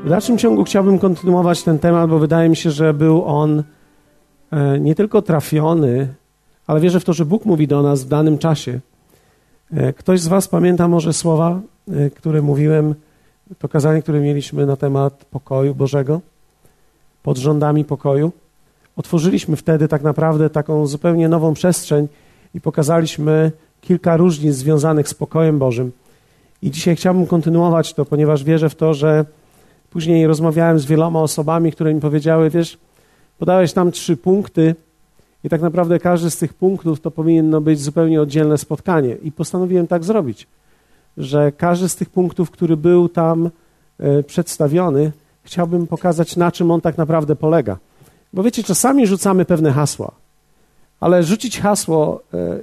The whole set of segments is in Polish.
W dalszym ciągu chciałbym kontynuować ten temat, bo wydaje mi się, że był on nie tylko trafiony, ale wierzę w to, że Bóg mówi do nas w danym czasie. Ktoś z was pamięta może słowa, które mówiłem, to kazanie, które mieliśmy na temat pokoju Bożego, pod rządami pokoju. Otworzyliśmy wtedy tak naprawdę taką zupełnie nową przestrzeń i pokazaliśmy kilka różnic związanych z pokojem Bożym. I dzisiaj chciałbym kontynuować to, ponieważ wierzę w to, że później rozmawiałem z wieloma osobami, które mi powiedziały, wiesz, podałeś tam 3 punkty i tak naprawdę każdy z tych punktów to powinno być zupełnie oddzielne spotkanie. I postanowiłem tak zrobić, że każdy z tych punktów, który był tam przedstawiony, chciałbym pokazać, na czym on tak naprawdę polega. Bo wiecie, czasami rzucamy pewne hasła, ale rzucić hasło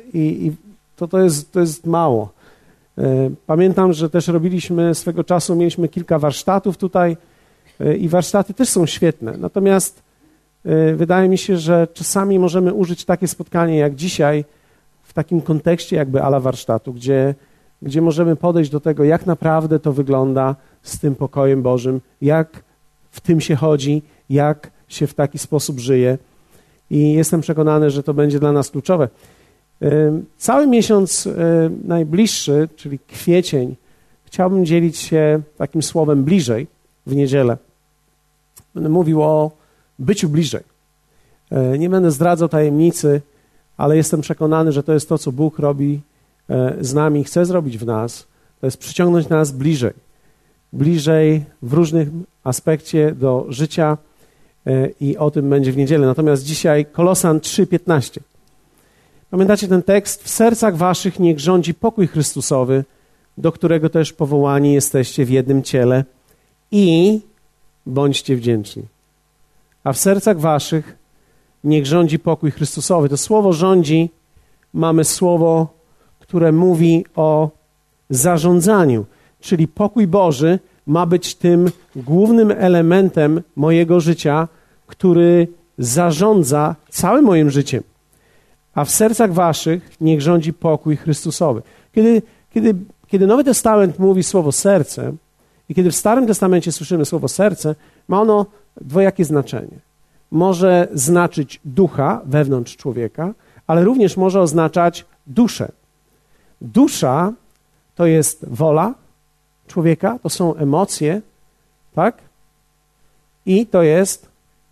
to jest mało. Pamiętam, że też robiliśmy swego czasu, mieliśmy kilka warsztatów tutaj i warsztaty też są świetne. Natomiast wydaje mi się, że czasami możemy użyć takie spotkanie jak dzisiaj w takim kontekście jakby ala warsztatu, gdzie możemy podejść do tego, jak naprawdę to wygląda z tym pokojem Bożym, jak w tym się chodzi, jak się w taki sposób żyje. I jestem przekonany, że to będzie dla nas kluczowe. Cały miesiąc najbliższy, czyli kwiecień, chciałbym dzielić się takim słowem bliżej w niedzielę. Będę mówił o byciu bliżej. Nie będę zdradzał tajemnicy, ale jestem przekonany, że to jest to, co Bóg robi z nami, chce zrobić w nas. To jest przyciągnąć nas bliżej. Bliżej w różnym aspekcie do życia i o tym będzie w niedzielę. Natomiast dzisiaj Kolosan 3:15. Pamiętacie ten tekst? W sercach waszych niech rządzi pokój Chrystusowy, do którego też powołani jesteście w jednym ciele i bądźcie wdzięczni. A w sercach waszych niech rządzi pokój Chrystusowy. To słowo rządzi, mamy słowo, które mówi o zarządzaniu, czyli pokój Boży ma być tym głównym elementem mojego życia, który zarządza całym moim życiem. A w sercach waszych niech rządzi pokój Chrystusowy. Kiedy Nowy Testament mówi słowo serce i kiedy w Starym Testamencie słyszymy słowo serce, ma ono dwojakie znaczenie. Może znaczyć ducha wewnątrz człowieka, ale również może oznaczać duszę. Dusza to jest wola człowieka, to są emocje, tak? I to jest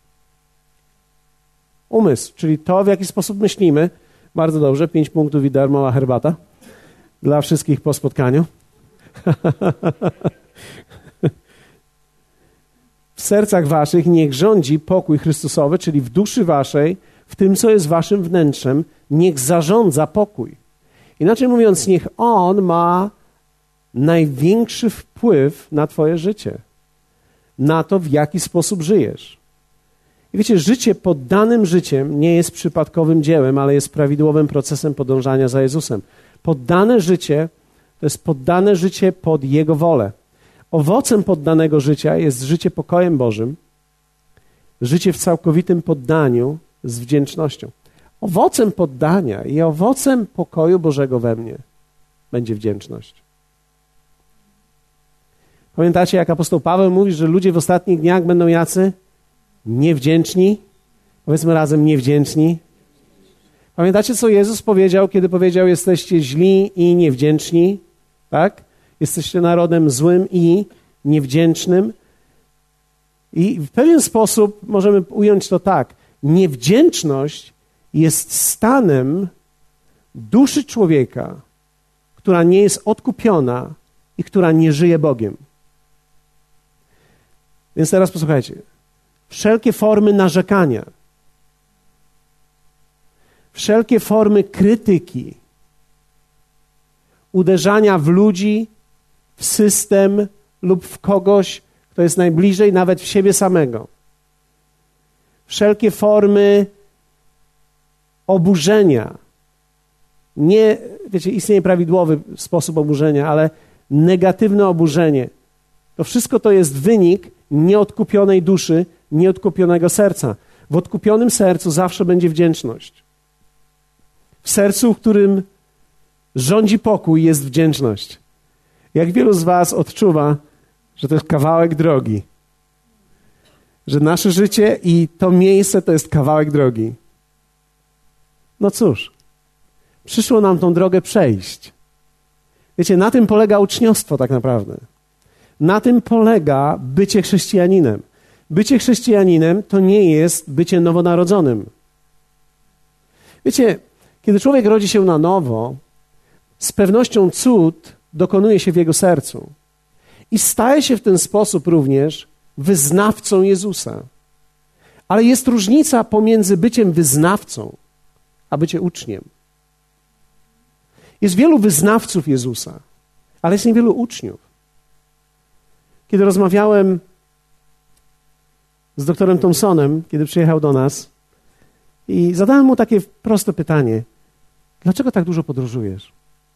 umysł, czyli to, w jaki sposób myślimy. Bardzo dobrze, 5 punktów i darmowa herbata dla wszystkich po spotkaniu. W sercach waszych niech rządzi pokój Chrystusowy, czyli w duszy waszej, w tym, co jest waszym wnętrzem, niech zarządza pokój. Inaczej mówiąc, niech On ma największy wpływ na twoje życie, na to, w jaki sposób żyjesz. I wiecie, życie poddanym życiem nie jest przypadkowym dziełem, ale jest prawidłowym procesem podążania za Jezusem. Poddane życie to jest poddane życie pod Jego wolę. Owocem poddanego życia jest życie pokojem Bożym, życie w całkowitym poddaniu z wdzięcznością. Owocem poddania i owocem pokoju Bożego we mnie będzie wdzięczność. Pamiętacie, jak apostoł Paweł mówi, że ludzie w ostatnich dniach będą jacy? Niewdzięczni. Powiedzmy razem, niewdzięczni. Pamiętacie, co Jezus powiedział, kiedy powiedział, jesteście źli i niewdzięczni? Tak? Jesteście narodem złym i niewdzięcznym. I w pewien sposób możemy ująć to tak. Niewdzięczność jest stanem duszy człowieka, która nie jest odkupiona i która nie żyje Bogiem. Więc teraz posłuchajcie. Wszelkie formy narzekania, wszelkie formy krytyki, uderzania w ludzi, w system lub w kogoś, kto jest najbliżej, nawet w siebie samego. Wszelkie formy oburzenia. Nie, wiecie, istnieje prawidłowy sposób oburzenia, ale negatywne oburzenie. To wszystko to jest wynik nieodkupionej duszy, nieodkupionego serca. W odkupionym sercu zawsze będzie wdzięczność. W sercu, w którym rządzi pokój, jest wdzięczność. Jak wielu z was odczuwa, że to jest kawałek drogi, że nasze życie i to miejsce to jest kawałek drogi. No cóż, przyszło nam tą drogę przejść. Wiecie, na tym polega uczniostwo tak naprawdę. Na tym polega bycie chrześcijaninem. Bycie chrześcijaninem to nie jest bycie nowonarodzonym. Wiecie, kiedy człowiek rodzi się na nowo, z pewnością cud dokonuje się w jego sercu. I staje się w ten sposób również wyznawcą Jezusa. Ale jest różnica pomiędzy byciem wyznawcą, a byciem uczniem. Jest wielu wyznawców Jezusa, ale jest niewielu uczniów. Kiedy rozmawiałem z doktorem Thompsonem, kiedy przyjechał do nas i zadałem mu takie proste pytanie: dlaczego tak dużo podróżujesz?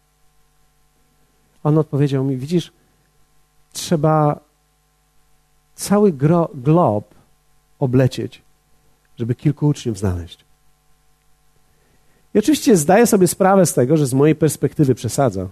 On odpowiedział mi: widzisz, trzeba cały glob oblecieć, żeby kilku uczniów znaleźć. I oczywiście zdaję sobie sprawę z tego, że z mojej perspektywy przesadza.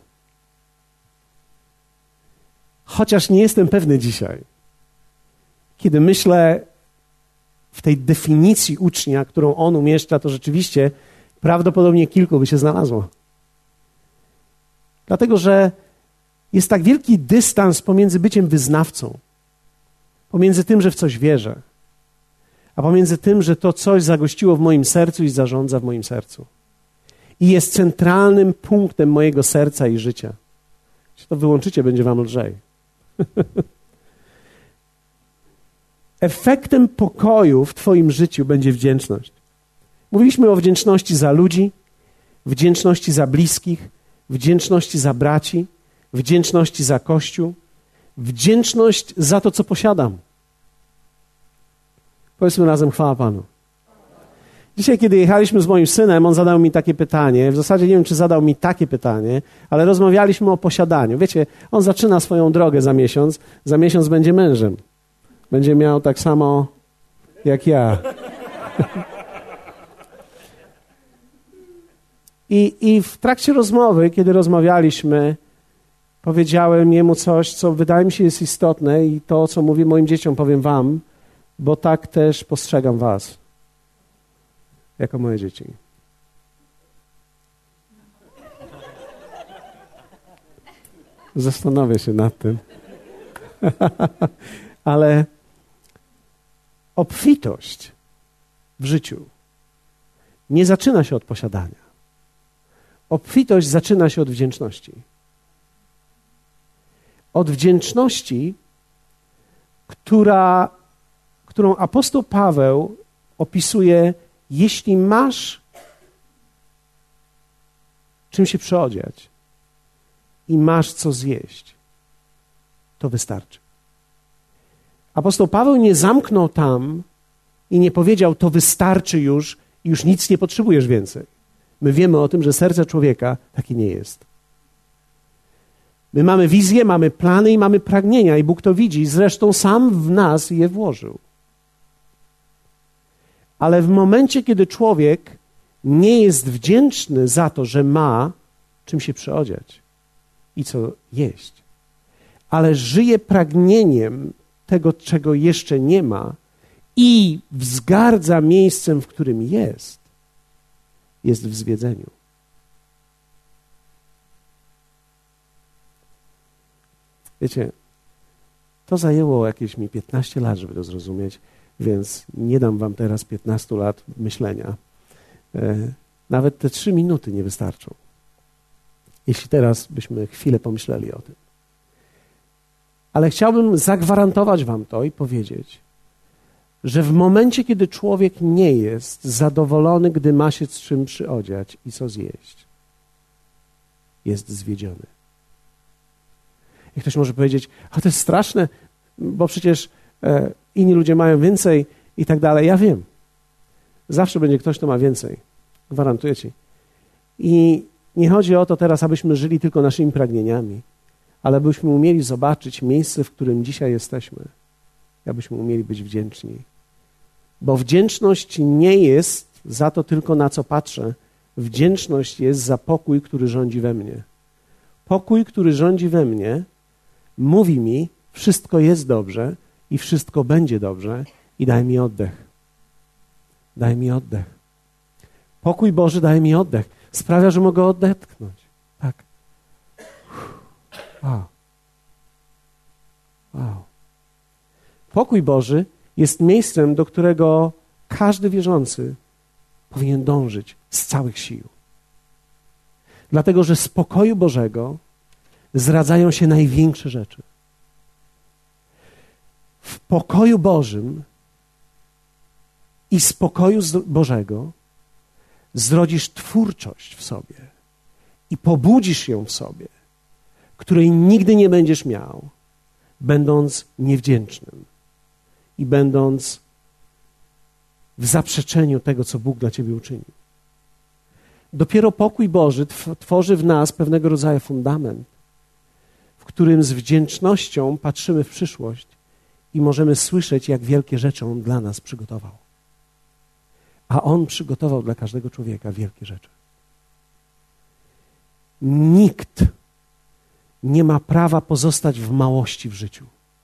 Chociaż nie jestem pewny dzisiaj, kiedy myślę w tej definicji ucznia, którą on umieszcza, to rzeczywiście prawdopodobnie kilku by się znalazło. Dlatego, że jest tak wielki dystans pomiędzy byciem wyznawcą, pomiędzy tym, że w coś wierzę, a pomiędzy tym, że to coś zagościło w moim sercu i zarządza w moim sercu. I jest centralnym punktem mojego serca i życia. Jeśli to wyłączycie, będzie wam lżej. Efektem pokoju w twoim życiu będzie wdzięczność. Mówiliśmy o wdzięczności za ludzi, wdzięczności za bliskich, wdzięczności za braci, wdzięczności za Kościół, wdzięczność za to, co posiadam. Powiedzmy razem: chwała Panu. Dzisiaj, kiedy jechaliśmy z moim synem, on zadał mi takie pytanie. W zasadzie nie wiem, czy zadał mi takie pytanie, ale rozmawialiśmy o posiadaniu. Wiecie, on zaczyna swoją drogę za miesiąc. Za miesiąc będzie mężem. Będzie miał tak samo jak ja. I w trakcie rozmowy, kiedy rozmawialiśmy, powiedziałem jemu coś, co wydaje mi się jest istotne i to, co mówię moim dzieciom, powiem wam, bo tak też postrzegam was, jako moje dzieci. Zastanowię się nad tym. Ale obfitość w życiu nie zaczyna się od posiadania. Obfitość zaczyna się od wdzięczności. Od wdzięczności, którą apostoł Paweł opisuje: jeśli masz czym się przyodziać i masz co zjeść, to wystarczy. Apostoł Paweł nie zamknął tam i nie powiedział: to wystarczy już i już nic nie potrzebujesz więcej. My wiemy o tym, że serce człowieka takie nie jest. My mamy wizję, mamy plany i mamy pragnienia i Bóg to widzi. Zresztą sam w nas je włożył. Ale w momencie, kiedy człowiek nie jest wdzięczny za to, że ma czym się przyodziać i co jeść, ale żyje pragnieniem tego, czego jeszcze nie ma i wzgardza miejscem, w którym jest w zwiedzeniu. Wiecie, to zajęło jakieś mi 15 lat, żeby to zrozumieć, więc nie dam wam teraz 15 lat myślenia. Nawet te 3 minuty nie wystarczą. Jeśli teraz byśmy chwilę pomyśleli o tym. Ale chciałbym zagwarantować wam to i powiedzieć, że w momencie, kiedy człowiek nie jest zadowolony, gdy ma się z czym przyodziać i co zjeść, jest zwiedziony. I ktoś może powiedzieć: a to jest straszne, bo przecież inni ludzie mają więcej i tak dalej. Ja wiem. Zawsze będzie ktoś, kto ma więcej. Gwarantuję ci. I nie chodzi o to teraz, abyśmy żyli tylko naszymi pragnieniami, ale abyśmy umieli zobaczyć miejsce, w którym dzisiaj jesteśmy. I abyśmy umieli być wdzięczni. Bo wdzięczność nie jest za to tylko, na co patrzę. Wdzięczność jest za pokój, który rządzi we mnie. Pokój, który rządzi we mnie, mówi mi: wszystko jest dobrze i wszystko będzie dobrze i daj mi oddech. Daj mi oddech. Pokój Boży daje mi oddech. Sprawia, że mogę odetchnąć. Tak. Wow. Wow. Pokój Boży jest miejscem, do którego każdy wierzący powinien dążyć z całych sił. Dlatego, że z pokoju Bożego zradzają się największe rzeczy. W pokoju Bożym i z pokoju Bożego zrodzisz twórczość w sobie i pobudzisz ją w sobie, której nigdy nie będziesz miał, będąc niewdzięcznym i będąc w zaprzeczeniu tego, co Bóg dla ciebie uczynił. Dopiero pokój Boży tworzy w nas pewnego rodzaju fundament, w którym z wdzięcznością patrzymy w przyszłość i możemy słyszeć, jak wielkie rzeczy On dla nas przygotował. A On przygotował dla każdego człowieka wielkie rzeczy. Nikt nie ma prawa pozostać w małości w życiu.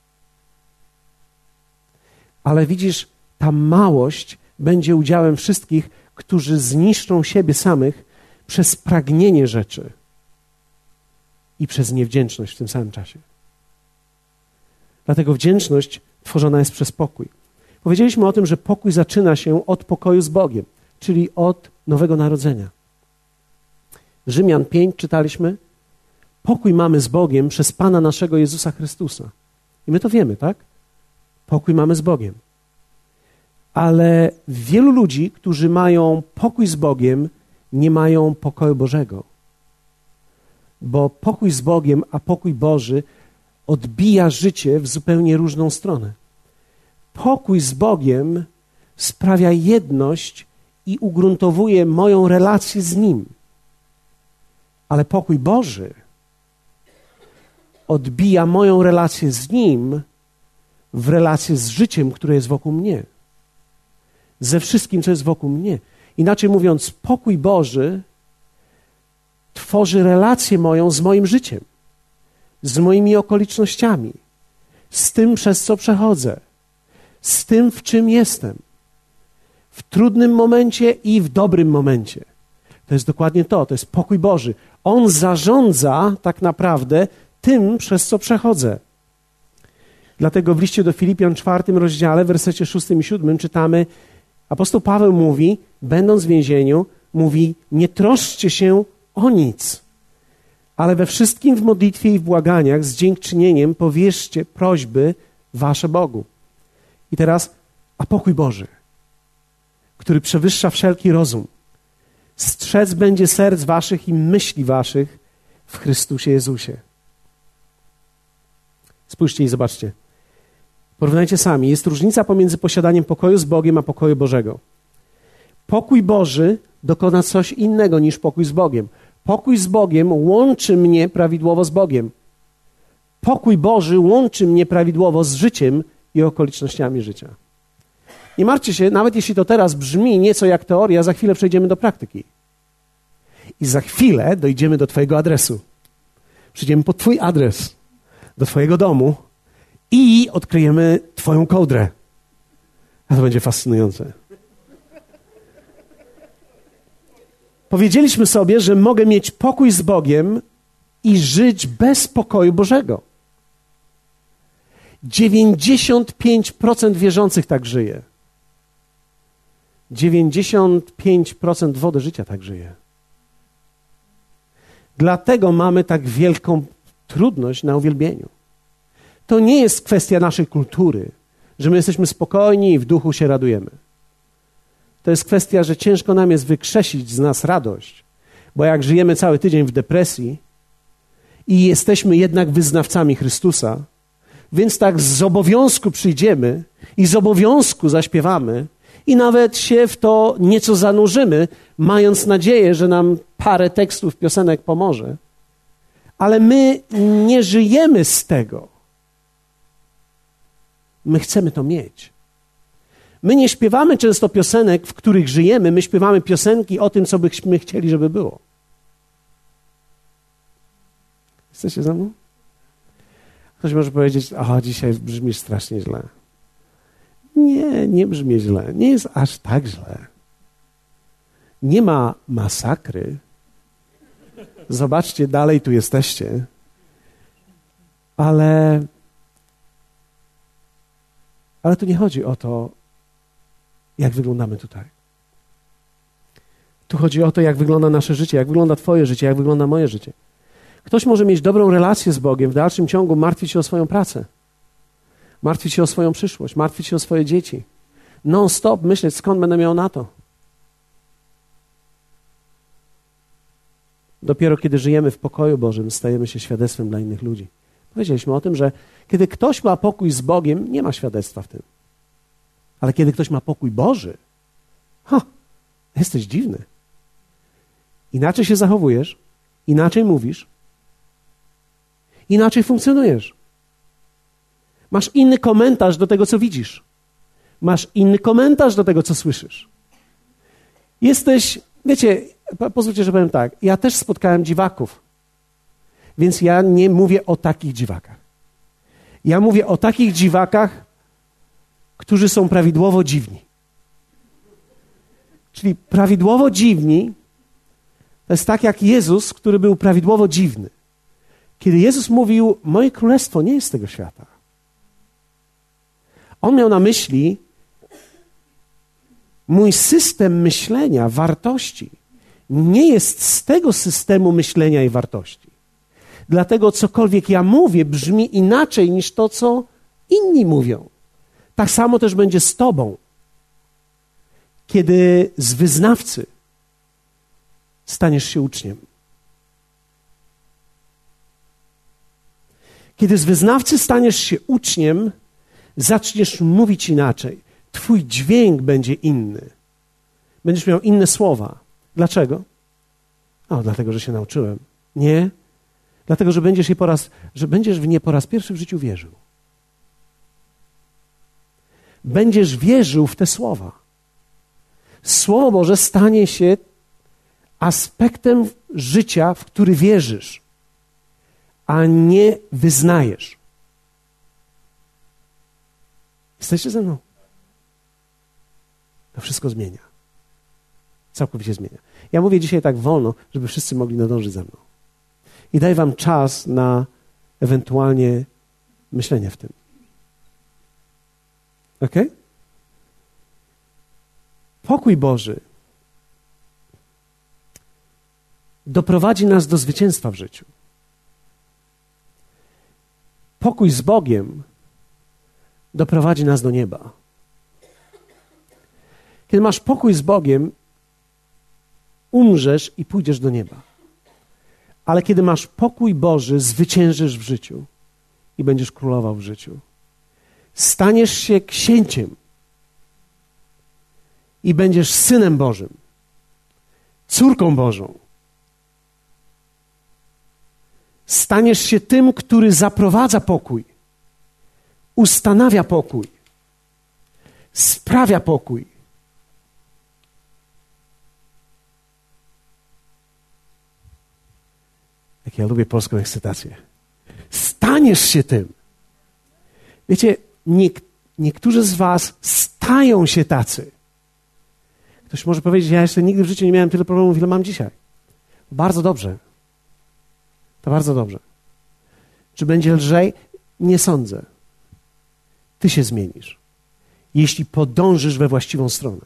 Ale widzisz, ta małość będzie udziałem wszystkich, którzy zniszczą siebie samych przez pragnienie rzeczy i przez niewdzięczność w tym samym czasie. Dlatego wdzięczność tworzona jest przez pokój. Powiedzieliśmy o tym, że pokój zaczyna się od pokoju z Bogiem, czyli od nowego narodzenia. Rzymian 5 czytaliśmy. Pokój mamy z Bogiem przez Pana naszego Jezusa Chrystusa. I my to wiemy, tak? Pokój mamy z Bogiem. Ale wielu ludzi, którzy mają pokój z Bogiem, nie mają pokoju Bożego. Bo pokój z Bogiem, a pokój Boży odbija życie w zupełnie różną stronę. Pokój z Bogiem sprawia jedność i ugruntowuje moją relację z Nim. Ale pokój Boży odbija moją relację z Nim w relację z życiem, które jest wokół mnie. Ze wszystkim, co jest wokół mnie. Inaczej mówiąc, pokój Boży tworzy relację moją z moim życiem, z moimi okolicznościami, z tym, przez co przechodzę, z tym, w czym jestem. W trudnym momencie i w dobrym momencie. To jest dokładnie to jest pokój Boży. On zarządza tak naprawdę tym, przez co przechodzę. Dlatego w liście do Filipian 4 rozdziale, w wersecie 6 i 7 czytamy, apostoł Paweł mówi, będąc w więzieniu, mówi, nie troszczcie się o nic, ale we wszystkim w modlitwie i w błaganiach z dziękczynieniem powierzcie prośby wasze Bogu. I teraz, a pokój Boży, który przewyższa wszelki rozum, strzec będzie serc waszych i myśli waszych w Chrystusie Jezusie. Spójrzcie i zobaczcie. Porównajcie sami. Jest różnica pomiędzy posiadaniem pokoju z Bogiem a pokoju Bożego. Pokój Boży dokona coś innego niż pokój z Bogiem. Pokój z Bogiem łączy mnie prawidłowo z Bogiem. Pokój Boży łączy mnie prawidłowo z życiem i okolicznościami życia. Nie martwcie się, nawet jeśli to teraz brzmi nieco jak teoria, za chwilę przejdziemy do praktyki. I za chwilę dojdziemy do twojego adresu. Przyjdziemy pod twój adres, do twojego domu i odkryjemy twoją kołdrę. A to będzie fascynujące. Powiedzieliśmy sobie, że mogę mieć pokój z Bogiem i żyć bez pokoju Bożego. 95% wierzących tak żyje. 95% wody życia tak żyje. Dlatego mamy tak wielką trudność na uwielbieniu. To nie jest kwestia naszej kultury, że my jesteśmy spokojni i w duchu się radujemy. To jest kwestia, że ciężko nam jest wykrzesić z nas radość, bo jak żyjemy cały tydzień w depresji i jesteśmy jednak wyznawcami Chrystusa, więc tak z obowiązku przyjdziemy i z obowiązku zaśpiewamy i nawet się w to nieco zanurzymy, mając nadzieję, że nam parę tekstów piosenek pomoże. Ale my nie żyjemy z tego. My chcemy to mieć. My nie śpiewamy często piosenek, w których żyjemy, my śpiewamy piosenki o tym, co byśmy chcieli, żeby było. Jesteście ze mną? Ktoś może powiedzieć, dzisiaj brzmisz strasznie źle. Nie brzmi źle. Nie jest aż tak źle. Nie ma masakry. Zobaczcie, dalej tu jesteście. Ale tu nie chodzi o to, jak wyglądamy tutaj. Tu chodzi o to, jak wygląda nasze życie, jak wygląda twoje życie, jak wygląda moje życie. Ktoś może mieć dobrą relację z Bogiem, w dalszym ciągu martwić się o swoją pracę, martwić się o swoją przyszłość, martwić się o swoje dzieci. Non-stop myśleć, skąd będę miał na to. Dopiero kiedy żyjemy w pokoju Bożym, stajemy się świadectwem dla innych ludzi. Powiedzieliśmy o tym, że kiedy ktoś ma pokój z Bogiem, nie ma świadectwa w tym. Ale kiedy ktoś ma pokój Boży, jesteś dziwny. Inaczej się zachowujesz, inaczej mówisz, inaczej funkcjonujesz. Masz inny komentarz do tego, co widzisz. Masz inny komentarz do tego, co słyszysz. Jesteś, wiecie, pozwólcie, że powiem tak, ja też spotkałem dziwaków, więc ja nie mówię o takich dziwakach. Ja mówię o takich dziwakach, którzy są prawidłowo dziwni. Czyli prawidłowo dziwni to jest tak jak Jezus, który był prawidłowo dziwny. Kiedy Jezus mówił, moje królestwo nie jest z tego świata. On miał na myśli mój system myślenia, wartości nie jest z tego systemu myślenia i wartości. Dlatego cokolwiek ja mówię brzmi inaczej niż to, co inni mówią. Tak samo też będzie z tobą. Kiedy z wyznawcy staniesz się uczniem. Kiedy z wyznawcy staniesz się uczniem, zaczniesz mówić inaczej. Twój dźwięk będzie inny. Będziesz miał inne słowa. Dlaczego? Dlatego, że się nauczyłem. Nie. Dlatego, że będziesz w nie po raz pierwszy w życiu wierzył. Będziesz wierzył w te słowa. Słowo Boże stanie się aspektem życia, w który wierzysz, a nie wyznajesz. Jesteście ze mną? To wszystko zmienia. Całkowicie zmienia. Ja mówię dzisiaj tak wolno, żeby wszyscy mogli nadążyć za mną. I daję wam czas na ewentualnie myślenie w tym. Ok? Pokój Boży doprowadzi nas do zwycięstwa w życiu. Pokój z Bogiem doprowadzi nas do nieba. Kiedy masz pokój z Bogiem, umrzesz i pójdziesz do nieba. Ale kiedy masz pokój Boży, zwyciężysz w życiu i będziesz królował w życiu. Staniesz się księciem i będziesz synem Bożym, córką Bożą. Staniesz się tym, który zaprowadza pokój, ustanawia pokój, sprawia pokój. Jak ja lubię polską ekscytację. Staniesz się tym. Wiecie, niektórzy z was stają się tacy. Ktoś może powiedzieć, ja jeszcze nigdy w życiu nie miałem tyle problemów, ile mam dzisiaj. Bardzo dobrze. To bardzo dobrze. Czy będzie lżej? Nie sądzę. Ty się zmienisz. Jeśli podążysz we właściwą stronę.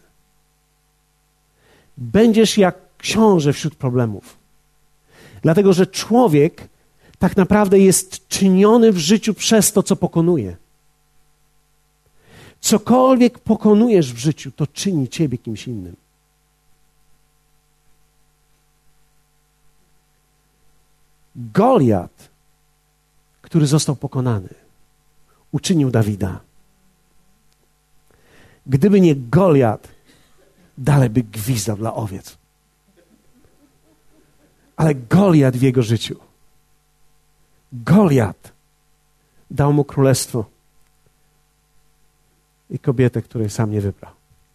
Będziesz jak książę wśród problemów. Dlatego, że człowiek tak naprawdę jest czyniony w życiu przez to, co pokonuje. Cokolwiek pokonujesz w życiu, to czyni ciebie kimś innym. Goliat, który został pokonany, uczynił Dawida. Gdyby nie Goliat, dalej by gwizdał dla owiec. Ale Goliat w jego życiu. Goliat dał mu królestwo i kobietę, której sam nie wybrał.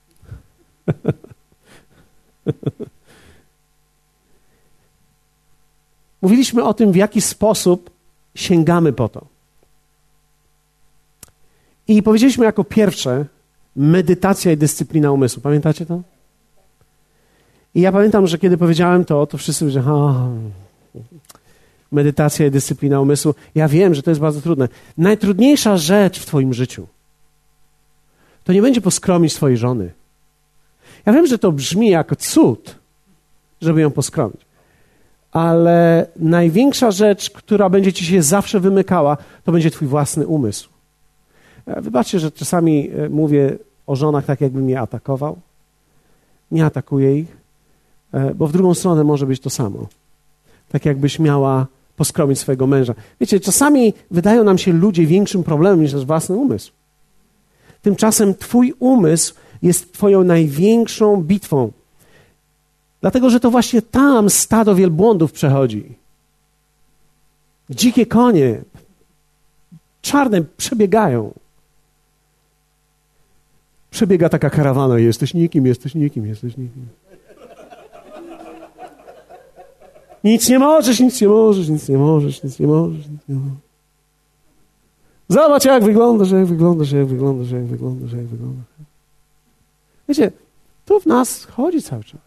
Mówiliśmy o tym, w jaki sposób sięgamy po to. I powiedzieliśmy jako pierwsze, medytacja i dyscyplina umysłu. Pamiętacie to? I ja pamiętam, że kiedy powiedziałem to wszyscy mówili, medytacja i dyscyplina umysłu. Ja wiem, że to jest bardzo trudne. Najtrudniejsza rzecz w twoim życiu to nie będzie poskromić swojej żony. Ja wiem, że to brzmi jak cud, żeby ją poskromić. Ale największa rzecz, która będzie ci się zawsze wymykała, to będzie twój własny umysł. Wybaczcie, że czasami mówię o żonach tak, jakbym je atakował. Nie atakuję ich, bo w drugą stronę może być to samo. Tak jakbyś miała poskromić swojego męża. Wiecie, czasami wydają nam się ludzie większym problemem niż nasz własny umysł. Tymczasem twój umysł jest twoją największą bitwą. Dlatego, że to właśnie tam stado wielbłądów przechodzi. Dzikie konie, czarne przebiegają. Przebiega taka karawana, jesteś nikim, jesteś nikim, jesteś nikim. Nic nie możesz, nic nie możesz, nic nie możesz, nic nie możesz, nic nie możesz. Zobacz, jak wyglądasz, jak wyglądasz, jak wyglądasz, jak wyglądasz, jak wyglądasz. Wiecie, to w nas chodzi cały czas.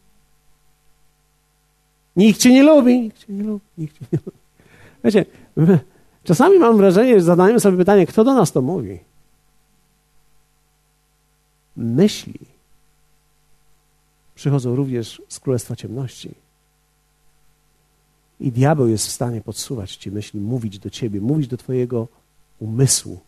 Nikt cię nie lubi, nikt cię nie lubi, nikt cię nie lubi. Wiecie, czasami mam wrażenie, że zadajemy sobie pytanie, kto do nas to mówi? Myśli przychodzą również z Królestwa Ciemności. I diabeł jest w stanie podsuwać ci myśli, mówić do ciebie, mówić do twojego umysłu.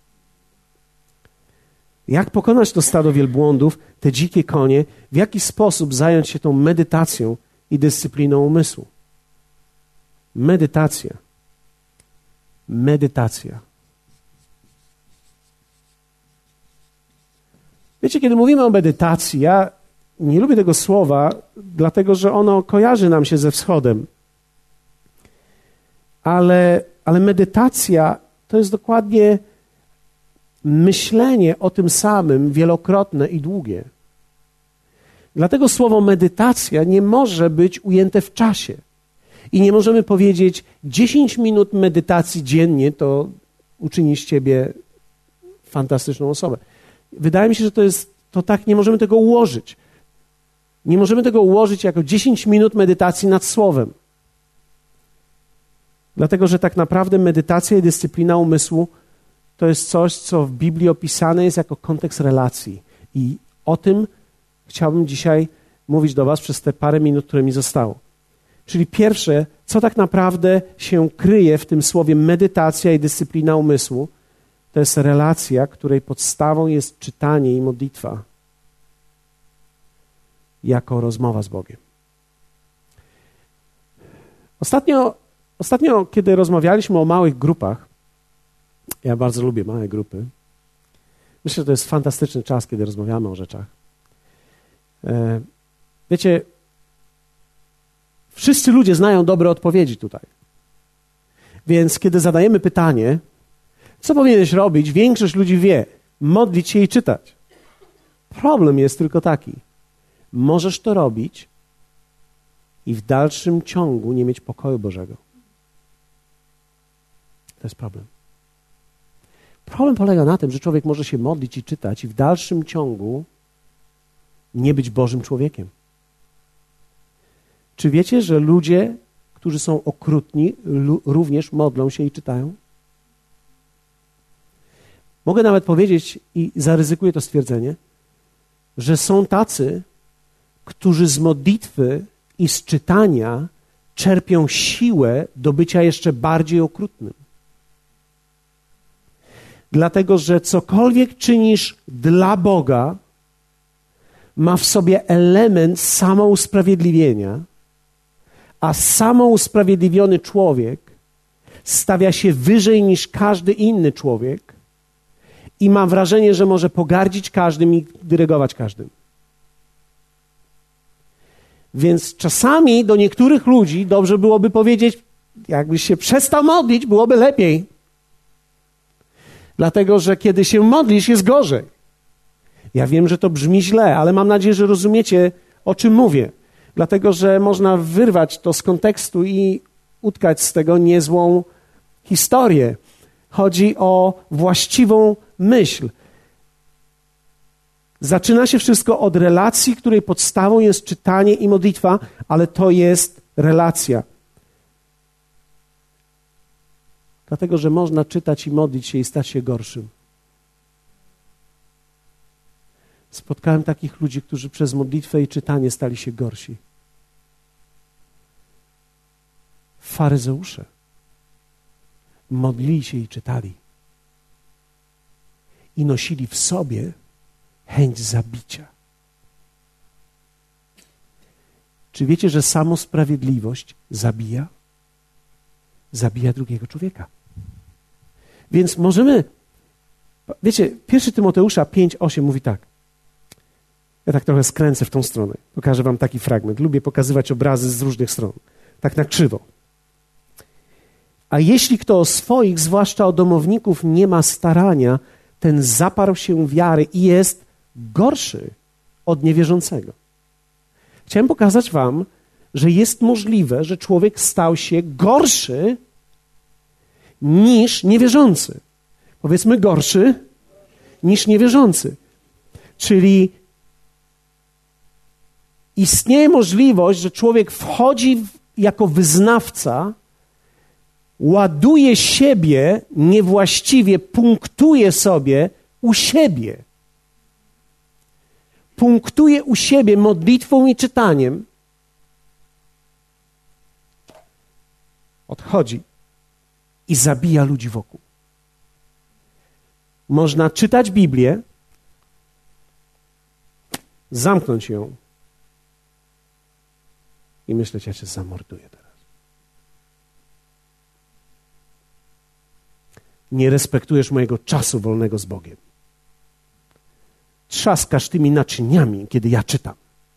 Jak pokonać to stado wielbłądów, te dzikie konie, w jaki sposób zająć się tą medytacją i dyscypliną umysłu? Medytacja. Medytacja. Wiecie, kiedy mówimy o medytacji, ja nie lubię tego słowa, dlatego że ono kojarzy nam się ze wschodem. Ale medytacja to jest dokładnie myślenie o tym samym, wielokrotne i długie. Dlatego słowo medytacja nie może być ujęte w czasie. I nie możemy powiedzieć 10 minut medytacji dziennie, to uczyni z ciebie fantastyczną osobę. Wydaje mi się, że to tak, nie możemy tego ułożyć. Nie możemy tego ułożyć jako 10 minut medytacji nad słowem. Dlatego, że tak naprawdę medytacja i dyscyplina umysłu to jest coś, co w Biblii opisane jest jako kontekst relacji. I o tym chciałbym dzisiaj mówić do was przez te parę minut, które mi zostało. Czyli pierwsze, co tak naprawdę się kryje w tym słowie medytacja i dyscyplina umysłu, to jest relacja, której podstawą jest czytanie i modlitwa jako rozmowa z Bogiem. Ostatnio, kiedy rozmawialiśmy o małych grupach, ja bardzo lubię małe grupy. Myślę, że to jest fantastyczny czas, kiedy rozmawiamy o rzeczach. Wiecie, wszyscy ludzie znają dobre odpowiedzi tutaj. Więc kiedy zadajemy pytanie, co powinieneś robić, większość ludzi wie, modlić się i czytać. Problem jest tylko taki, możesz to robić i w dalszym ciągu nie mieć pokoju Bożego. To jest problem. Problem polega na tym, że człowiek może się modlić i czytać i w dalszym ciągu nie być Bożym człowiekiem. Czy wiecie, że ludzie, którzy są okrutni, również modlą się i czytają? Mogę nawet powiedzieć i zaryzykuję to stwierdzenie, że są tacy, którzy z modlitwy i z czytania czerpią siłę do bycia jeszcze bardziej okrutnym. Dlatego, że cokolwiek czynisz dla Boga, ma w sobie element samousprawiedliwienia, a samousprawiedliwiony człowiek stawia się wyżej niż każdy inny człowiek i ma wrażenie, że może pogardzić każdym i dyrygować każdym. Więc czasami do niektórych ludzi dobrze byłoby powiedzieć, jakbyś się przestał modlić, byłoby lepiej. Dlatego, że kiedy się modlisz, jest gorzej. Ja wiem, że to brzmi źle, ale mam nadzieję, że rozumiecie, o czym mówię. Dlatego, że można wyrwać to z kontekstu i utkać z tego niezłą historię. Chodzi o właściwą myśl. Zaczyna się wszystko od relacji, której podstawą jest czytanie i modlitwa, ale to jest relacja. Dlatego, że można czytać i modlić się i stać się gorszym. Spotkałem takich ludzi, którzy przez modlitwę i czytanie stali się gorsi. Faryzeusze modlili się i czytali. I nosili w sobie chęć zabicia. Czy wiecie, że samosprawiedliwość zabija? Zabija drugiego człowieka. Więc możemy, wiecie, 1 Tymoteusza 5:8 mówi tak. Ja tak trochę skręcę w tą stronę. Pokażę wam taki fragment. Lubię pokazywać obrazy z różnych stron. Tak na krzywo. A jeśli kto o swoich, zwłaszcza o domowników, nie ma starania, ten zaparł się wiary i jest gorszy od niewierzącego. Chciałem pokazać wam, że jest możliwe, że człowiek stał się gorszy niż niewierzący. Powiedzmy gorszy niż niewierzący. Czyli istnieje możliwość, że człowiek wchodzi jako wyznawca, ładuje siebie niewłaściwie, punktuje sobie u siebie. Punktuje u siebie modlitwą i czytaniem. Odchodzi i zabija ludzi wokół. Można czytać Biblię, zamknąć ją i myśleć, ja cię zamorduję teraz. Nie respektujesz mojego czasu wolnego z Bogiem. Trzaskasz tymi naczyniami, kiedy ja czytam.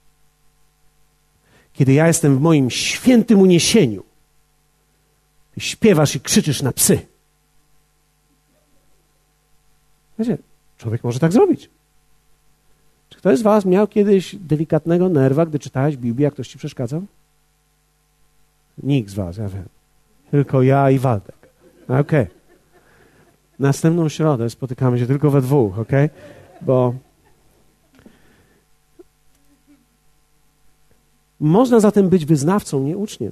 Kiedy ja jestem w moim świętym uniesieniu. Ty śpiewasz i krzyczysz na psy. Wiecie, człowiek może tak zrobić. Czy ktoś z was miał kiedyś delikatnego nerwa, gdy czytałeś Biblię, jak ktoś ci przeszkadzał? Nikt z was, ja wiem. Tylko ja i Waldek. Okej. Następną środę spotykamy się tylko we dwóch, okej? Bo można zatem być wyznawcą, nie uczniem.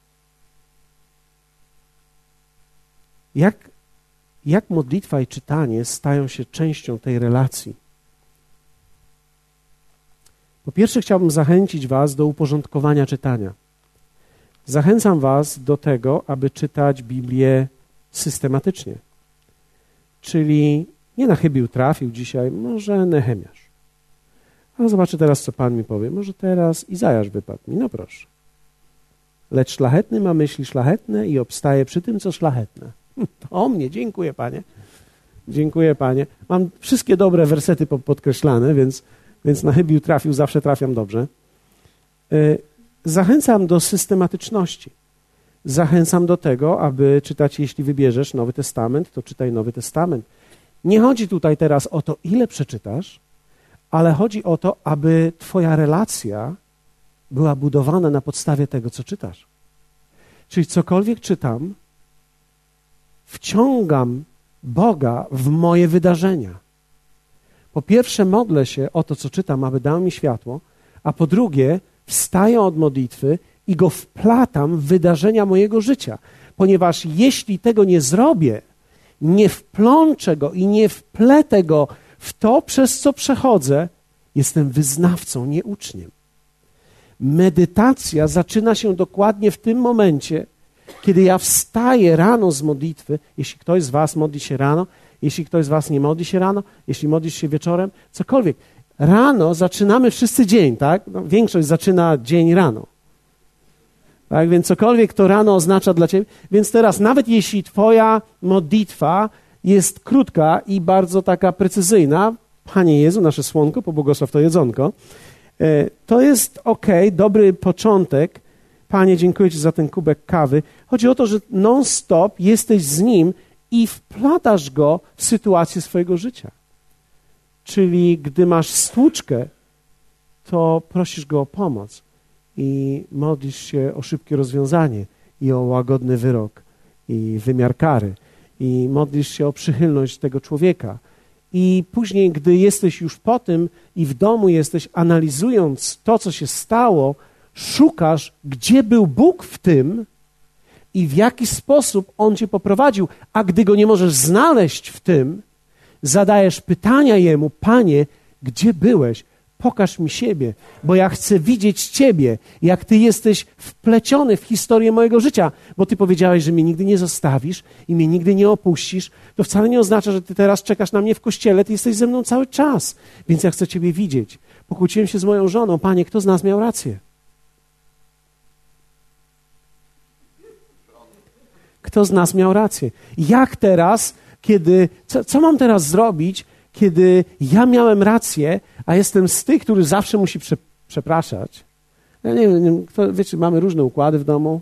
Jak modlitwa i czytanie stają się częścią tej relacji? Po pierwsze chciałbym zachęcić was do uporządkowania czytania. Zachęcam was do tego, aby czytać Biblię systematycznie. Czyli nie na chybił trafił dzisiaj, może Nehemiasz. A zobaczę teraz, co Pan mi powie. Może teraz Izajasz wypadł mi, no proszę. Lecz szlachetny ma myśli szlachetne i obstaje przy tym, co szlachetne. To o mnie, dziękuję Panie. Dziękuję Panie. Mam wszystkie dobre wersety podkreślane, więc na chybił trafił, zawsze trafiam dobrze. Zachęcam do systematyczności. Zachęcam do tego, aby czytać, jeśli wybierzesz Nowy Testament, to czytaj Nowy Testament. Nie chodzi tutaj teraz o to, ile przeczytasz, ale chodzi o to, aby twoja relacja była budowana na podstawie tego, co czytasz. Czyli cokolwiek czytam, wciągam Boga w moje wydarzenia. Po pierwsze modlę się o to, co czytam, aby dał mi światło, a po drugie wstaję od modlitwy i go wplatam w wydarzenia mojego życia. Ponieważ jeśli tego nie zrobię, nie wplączę go i nie wpletę go w to, przez co przechodzę, jestem wyznawcą, nie uczniem. Medytacja zaczyna się dokładnie w tym momencie, kiedy ja wstaję rano z modlitwy. Jeśli ktoś z was modli się rano, jeśli ktoś z was nie modli się rano, jeśli modlisz się wieczorem, cokolwiek. Rano zaczynamy wszyscy dzień, tak? No, większość zaczyna dzień rano. Tak, więc cokolwiek to rano oznacza dla ciebie. Więc teraz, nawet jeśli twoja modlitwa jest krótka i bardzo taka precyzyjna, Panie Jezu, nasze słonko, pobłogosław to jedzonko, to jest dobry początek. Panie, dziękuję Ci za ten kubek kawy. Chodzi o to, że non-stop jesteś z Nim i wplatasz Go w sytuację swojego życia. Czyli gdy masz stłuczkę, to prosisz Go o pomoc i modlisz się o szybkie rozwiązanie i o łagodny wyrok i wymiar kary i modlisz się o przychylność tego człowieka I później, gdy jesteś już po tym i w domu jesteś, analizując to, co się stało, szukasz, gdzie był Bóg w tym i w jaki sposób On cię poprowadził. A gdy Go nie możesz znaleźć w tym, zadajesz pytania Jemu: Panie, gdzie byłeś? Pokaż mi siebie, bo ja chcę widzieć Ciebie, jak Ty jesteś wpleciony w historię mojego życia, bo Ty powiedziałeś, że mnie nigdy nie zostawisz i mnie nigdy nie opuścisz. To wcale nie oznacza, że Ty teraz czekasz na mnie w kościele, Ty jesteś ze mną cały czas, więc ja chcę Ciebie widzieć. Pokłóciłem się z moją żoną: Panie, kto z nas miał rację? Kto z nas miał rację? Jak teraz, co mam teraz zrobić, kiedy ja miałem rację, a jestem z tych, który zawsze musi przepraszać? Ja nie wiem, wiecie, mamy różne układy w domu.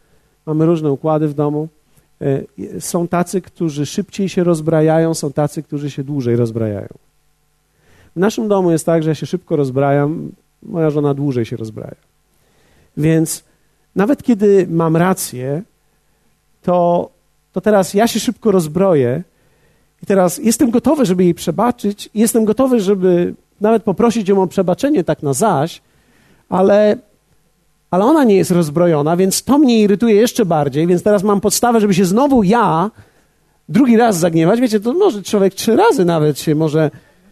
Są tacy, którzy szybciej się rozbrajają, są tacy, którzy się dłużej rozbrajają. W naszym domu jest tak, że ja się szybko rozbrajam, moja żona dłużej się rozbraja. Więc nawet kiedy mam rację, to teraz ja się szybko rozbroję i teraz jestem gotowy, żeby jej przebaczyć, jestem gotowy, żeby nawet poprosić ją o przebaczenie tak na zaś, ale ona nie jest rozbrojona, więc to mnie irytuje jeszcze bardziej, więc teraz mam podstawę, żeby się znowu ja drugi raz zagniewać. Wiecie, to może człowiek 3 razy nawet się może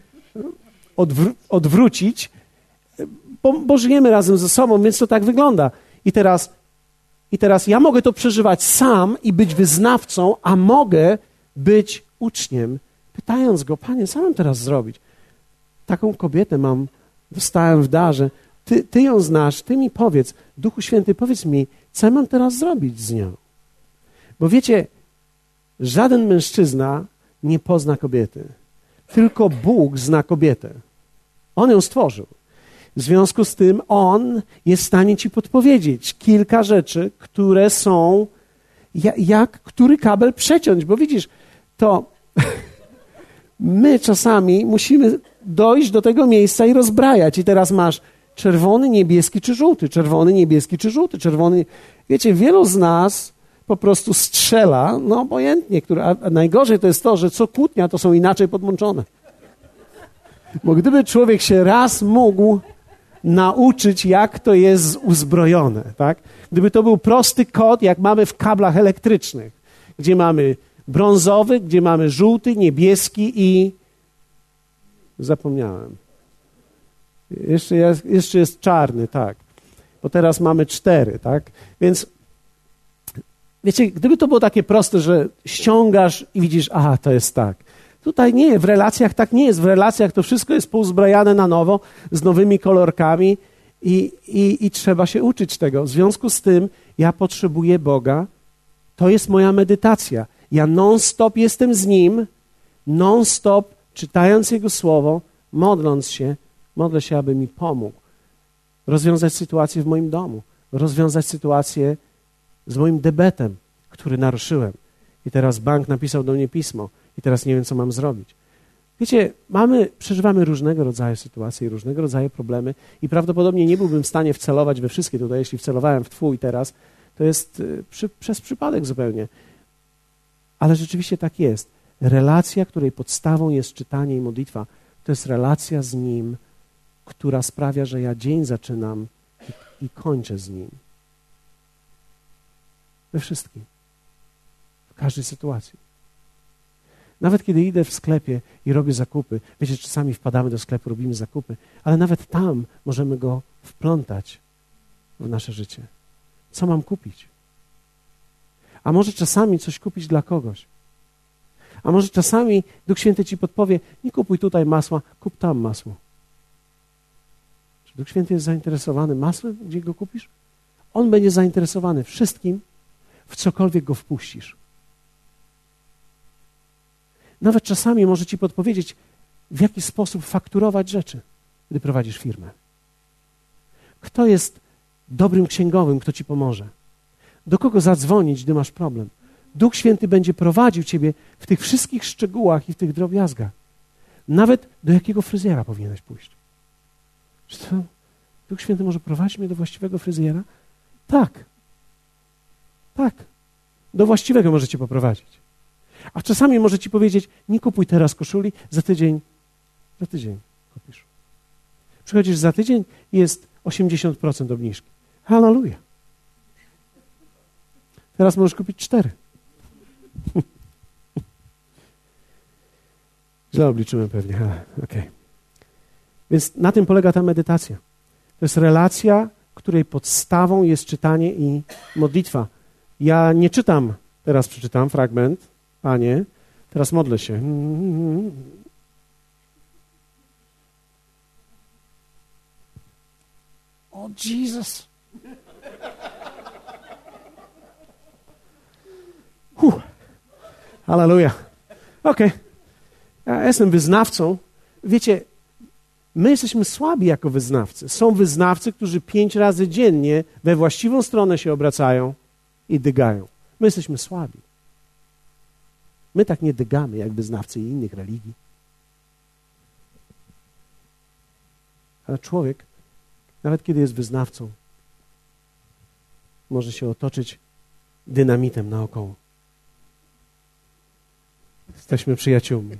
odwrócić, bo żyjemy razem ze sobą, więc to tak wygląda. I teraz ja mogę to przeżywać sam i być wyznawcą, a mogę być uczniem, pytając go: Panie, co mam teraz zrobić? Taką kobietę dostałem w darze, ty ją znasz, ty mi powiedz, Duchu Święty, powiedz mi, co mam teraz zrobić z nią? Bo wiecie, żaden mężczyzna nie pozna kobiety, tylko Bóg zna kobietę. On ją stworzył. W związku z tym On jest w stanie ci podpowiedzieć kilka rzeczy, które są, który kabel przeciąć, bo widzisz, to my czasami musimy dojść do tego miejsca i rozbrajać. I teraz masz czerwony, niebieski czy żółty, czerwony, niebieski czy żółty, czerwony. Wiecie, wielu z nas po prostu strzela, no obojętnie, a najgorzej to jest to, że co kłótnia, to są inaczej podłączone. Bo gdyby człowiek się raz mógł nauczyć, jak to jest uzbrojone, tak? Gdyby to był prosty kod, jak mamy w kablach elektrycznych, gdzie mamy brązowy, gdzie mamy żółty, niebieski i... Zapomniałem. Jeszcze jest czarny, tak. Bo teraz mamy 4, tak? Więc wiecie, gdyby to było takie proste, że ściągasz i widzisz: aha, to jest tak. Tutaj nie, w relacjach tak nie jest. W relacjach to wszystko jest pouzbrajane na nowo, z nowymi kolorkami i trzeba się uczyć tego. W związku z tym ja potrzebuję Boga. To jest moja medytacja. Ja non-stop jestem z Nim, non-stop czytając Jego Słowo, modlę się, aby mi pomógł rozwiązać sytuację w moim domu, rozwiązać sytuację z moim debetem, który naruszyłem. I teraz bank napisał do mnie pismo i teraz nie wiem, co mam zrobić. Wiecie, przeżywamy różnego rodzaju sytuacje i różnego rodzaju problemy i prawdopodobnie nie byłbym w stanie wcelować we wszystkie tutaj. Jeśli wcelowałem w twój teraz, to jest przez przypadek zupełnie. Ale rzeczywiście tak jest. Relacja, której podstawą jest czytanie i modlitwa, to jest relacja z Nim, która sprawia, że ja dzień zaczynam i kończę z Nim. We wszystkim. W każdej sytuacji. Nawet kiedy idę w sklepie i robię zakupy, wiecie, czasami wpadamy do sklepu, robimy zakupy, ale nawet tam możemy Go wplątać w nasze życie. Co mam kupić? A może czasami coś kupić dla kogoś? A może czasami Duch Święty ci podpowie: nie kupuj tutaj masła, kup tam masło. Czy Duch Święty jest zainteresowany masłem, gdzie go kupisz? On będzie zainteresowany wszystkim, w cokolwiek go wpuścisz. Nawet czasami może ci podpowiedzieć, w jaki sposób fakturować rzeczy, gdy prowadzisz firmę. Kto jest dobrym księgowym, kto ci pomoże? Do kogo zadzwonić, gdy masz problem? Duch Święty będzie prowadził ciebie w tych wszystkich szczegółach i w tych drobiazgach. Nawet do jakiego fryzjera powinieneś pójść. Czy to Duch Święty może prowadzić mnie do właściwego fryzjera? Tak. Tak. Do właściwego może cię poprowadzić. A czasami może ci powiedzieć, nie kupuj teraz koszuli, za tydzień kupisz. Przychodzisz za tydzień i jest 80% obniżki. Halleluja. Teraz możesz kupić 4. Źle obliczyłem pewnie, ale okej. Więc na tym polega ta medytacja. To jest relacja, której podstawą jest czytanie i modlitwa. Ja nie czytam, teraz przeczytam fragment, Panie, teraz modlę się. O Jezus. Halleluja. Okej. Ja jestem wyznawcą. Wiecie, my jesteśmy słabi jako wyznawcy. Są wyznawcy, którzy 5 razy dziennie we właściwą stronę się obracają i dygają. My jesteśmy słabi. My tak nie dygamy jak wyznawcy innych religii. Ale człowiek, nawet kiedy jest wyznawcą, może się otoczyć dynamitem naokoło. Jesteśmy przyjaciółmi.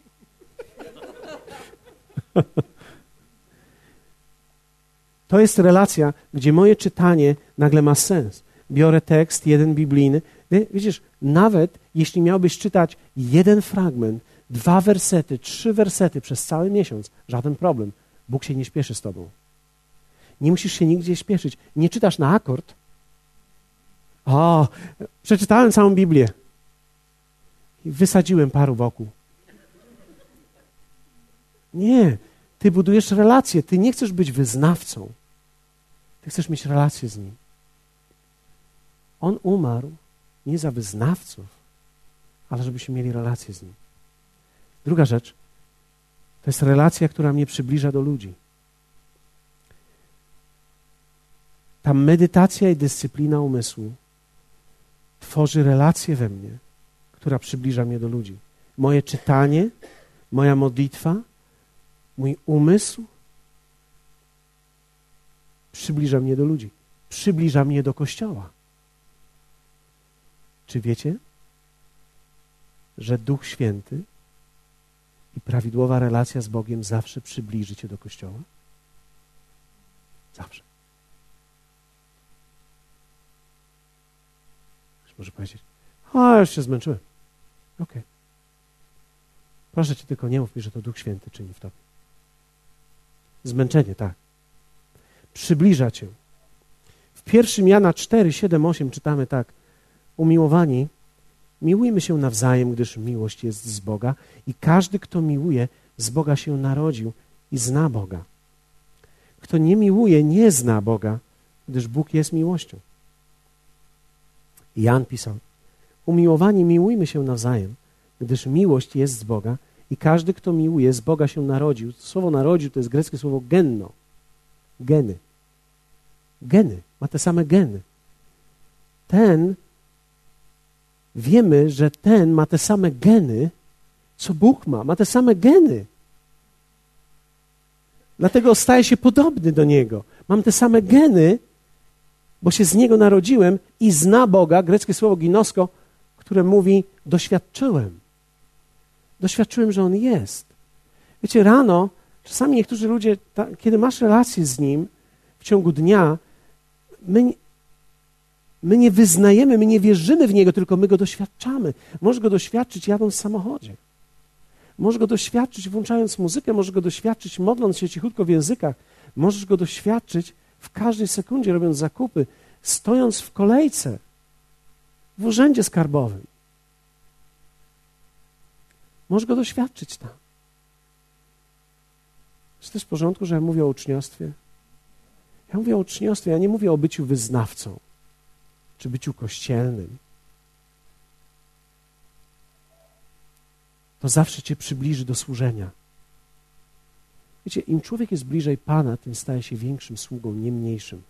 To jest relacja, gdzie moje czytanie nagle ma sens. Biorę tekst, jeden biblijny. Widzisz, nawet jeśli miałbyś czytać jeden fragment, 2 wersety, 3 wersety przez cały miesiąc, żaden problem. Bóg się nie śpieszy z tobą. Nie musisz się nigdzie śpieszyć. Nie czytasz na akord. O, przeczytałem całą Biblię. I wysadziłem paru wokół. Nie, ty budujesz relację. Ty nie chcesz być wyznawcą. Ty chcesz mieć relację z Nim. On umarł nie za wyznawców, ale żebyśmy mieli relację z Nim. Druga rzecz, to jest relacja, która mnie przybliża do ludzi. Ta medytacja i dyscyplina umysłu tworzy relację we mnie, która przybliża mnie do ludzi. Moje czytanie, moja modlitwa, mój umysł przybliża mnie do ludzi. Przybliża mnie do Kościoła. Czy wiecie, że Duch Święty i prawidłowa relacja z Bogiem zawsze przybliży cię do Kościoła? Zawsze. Ktoś może powiedzieć, już się zmęczyłem. Okej. Proszę cię, tylko nie mów mi, że to Duch Święty czyni w tobie. Zmęczenie, tak. Przybliża cię. W 1 Jana 4, 7, 8 czytamy tak. Umiłowani, miłujmy się nawzajem, gdyż miłość jest z Boga i każdy, kto miłuje, z Boga się narodził i zna Boga. Kto nie miłuje, nie zna Boga, gdyż Bóg jest miłością. Jan pisał, umiłowani, miłujmy się nawzajem, gdyż miłość jest z Boga i każdy, kto miłuje, z Boga się narodził. Słowo narodził to jest greckie słowo genno. Geny. Geny. Ma te same geny. Wiemy, że ten ma te same geny, co Bóg ma. Ma te same geny. Dlatego staje się podobny do Niego. Mam te same geny, bo się z Niego narodziłem i zna Boga, greckie słowo ginosko, które mówi doświadczyłem. Doświadczyłem, że On jest. Wiecie, rano, czasami niektórzy ludzie, kiedy masz relację z Nim w ciągu dnia, my nie wyznajemy, my nie wierzymy w Niego, tylko my Go doświadczamy. Możesz Go doświadczyć jadąc w samochodzie. Możesz Go doświadczyć włączając muzykę, możesz Go doświadczyć modląc się cichutko w językach. Możesz Go doświadczyć w każdej sekundzie robiąc zakupy, stojąc w kolejce, w urzędzie skarbowym. Możesz Go doświadczyć tam. Czy to jest w porządku, że ja mówię o uczniostwie? Ja mówię o uczniostwie, ja nie mówię o byciu wyznawcą czy byciu kościelnym. To zawsze cię przybliży do służenia. Wiecie, im człowiek jest bliżej Pana, tym staje się większym sługą, nie mniejszym.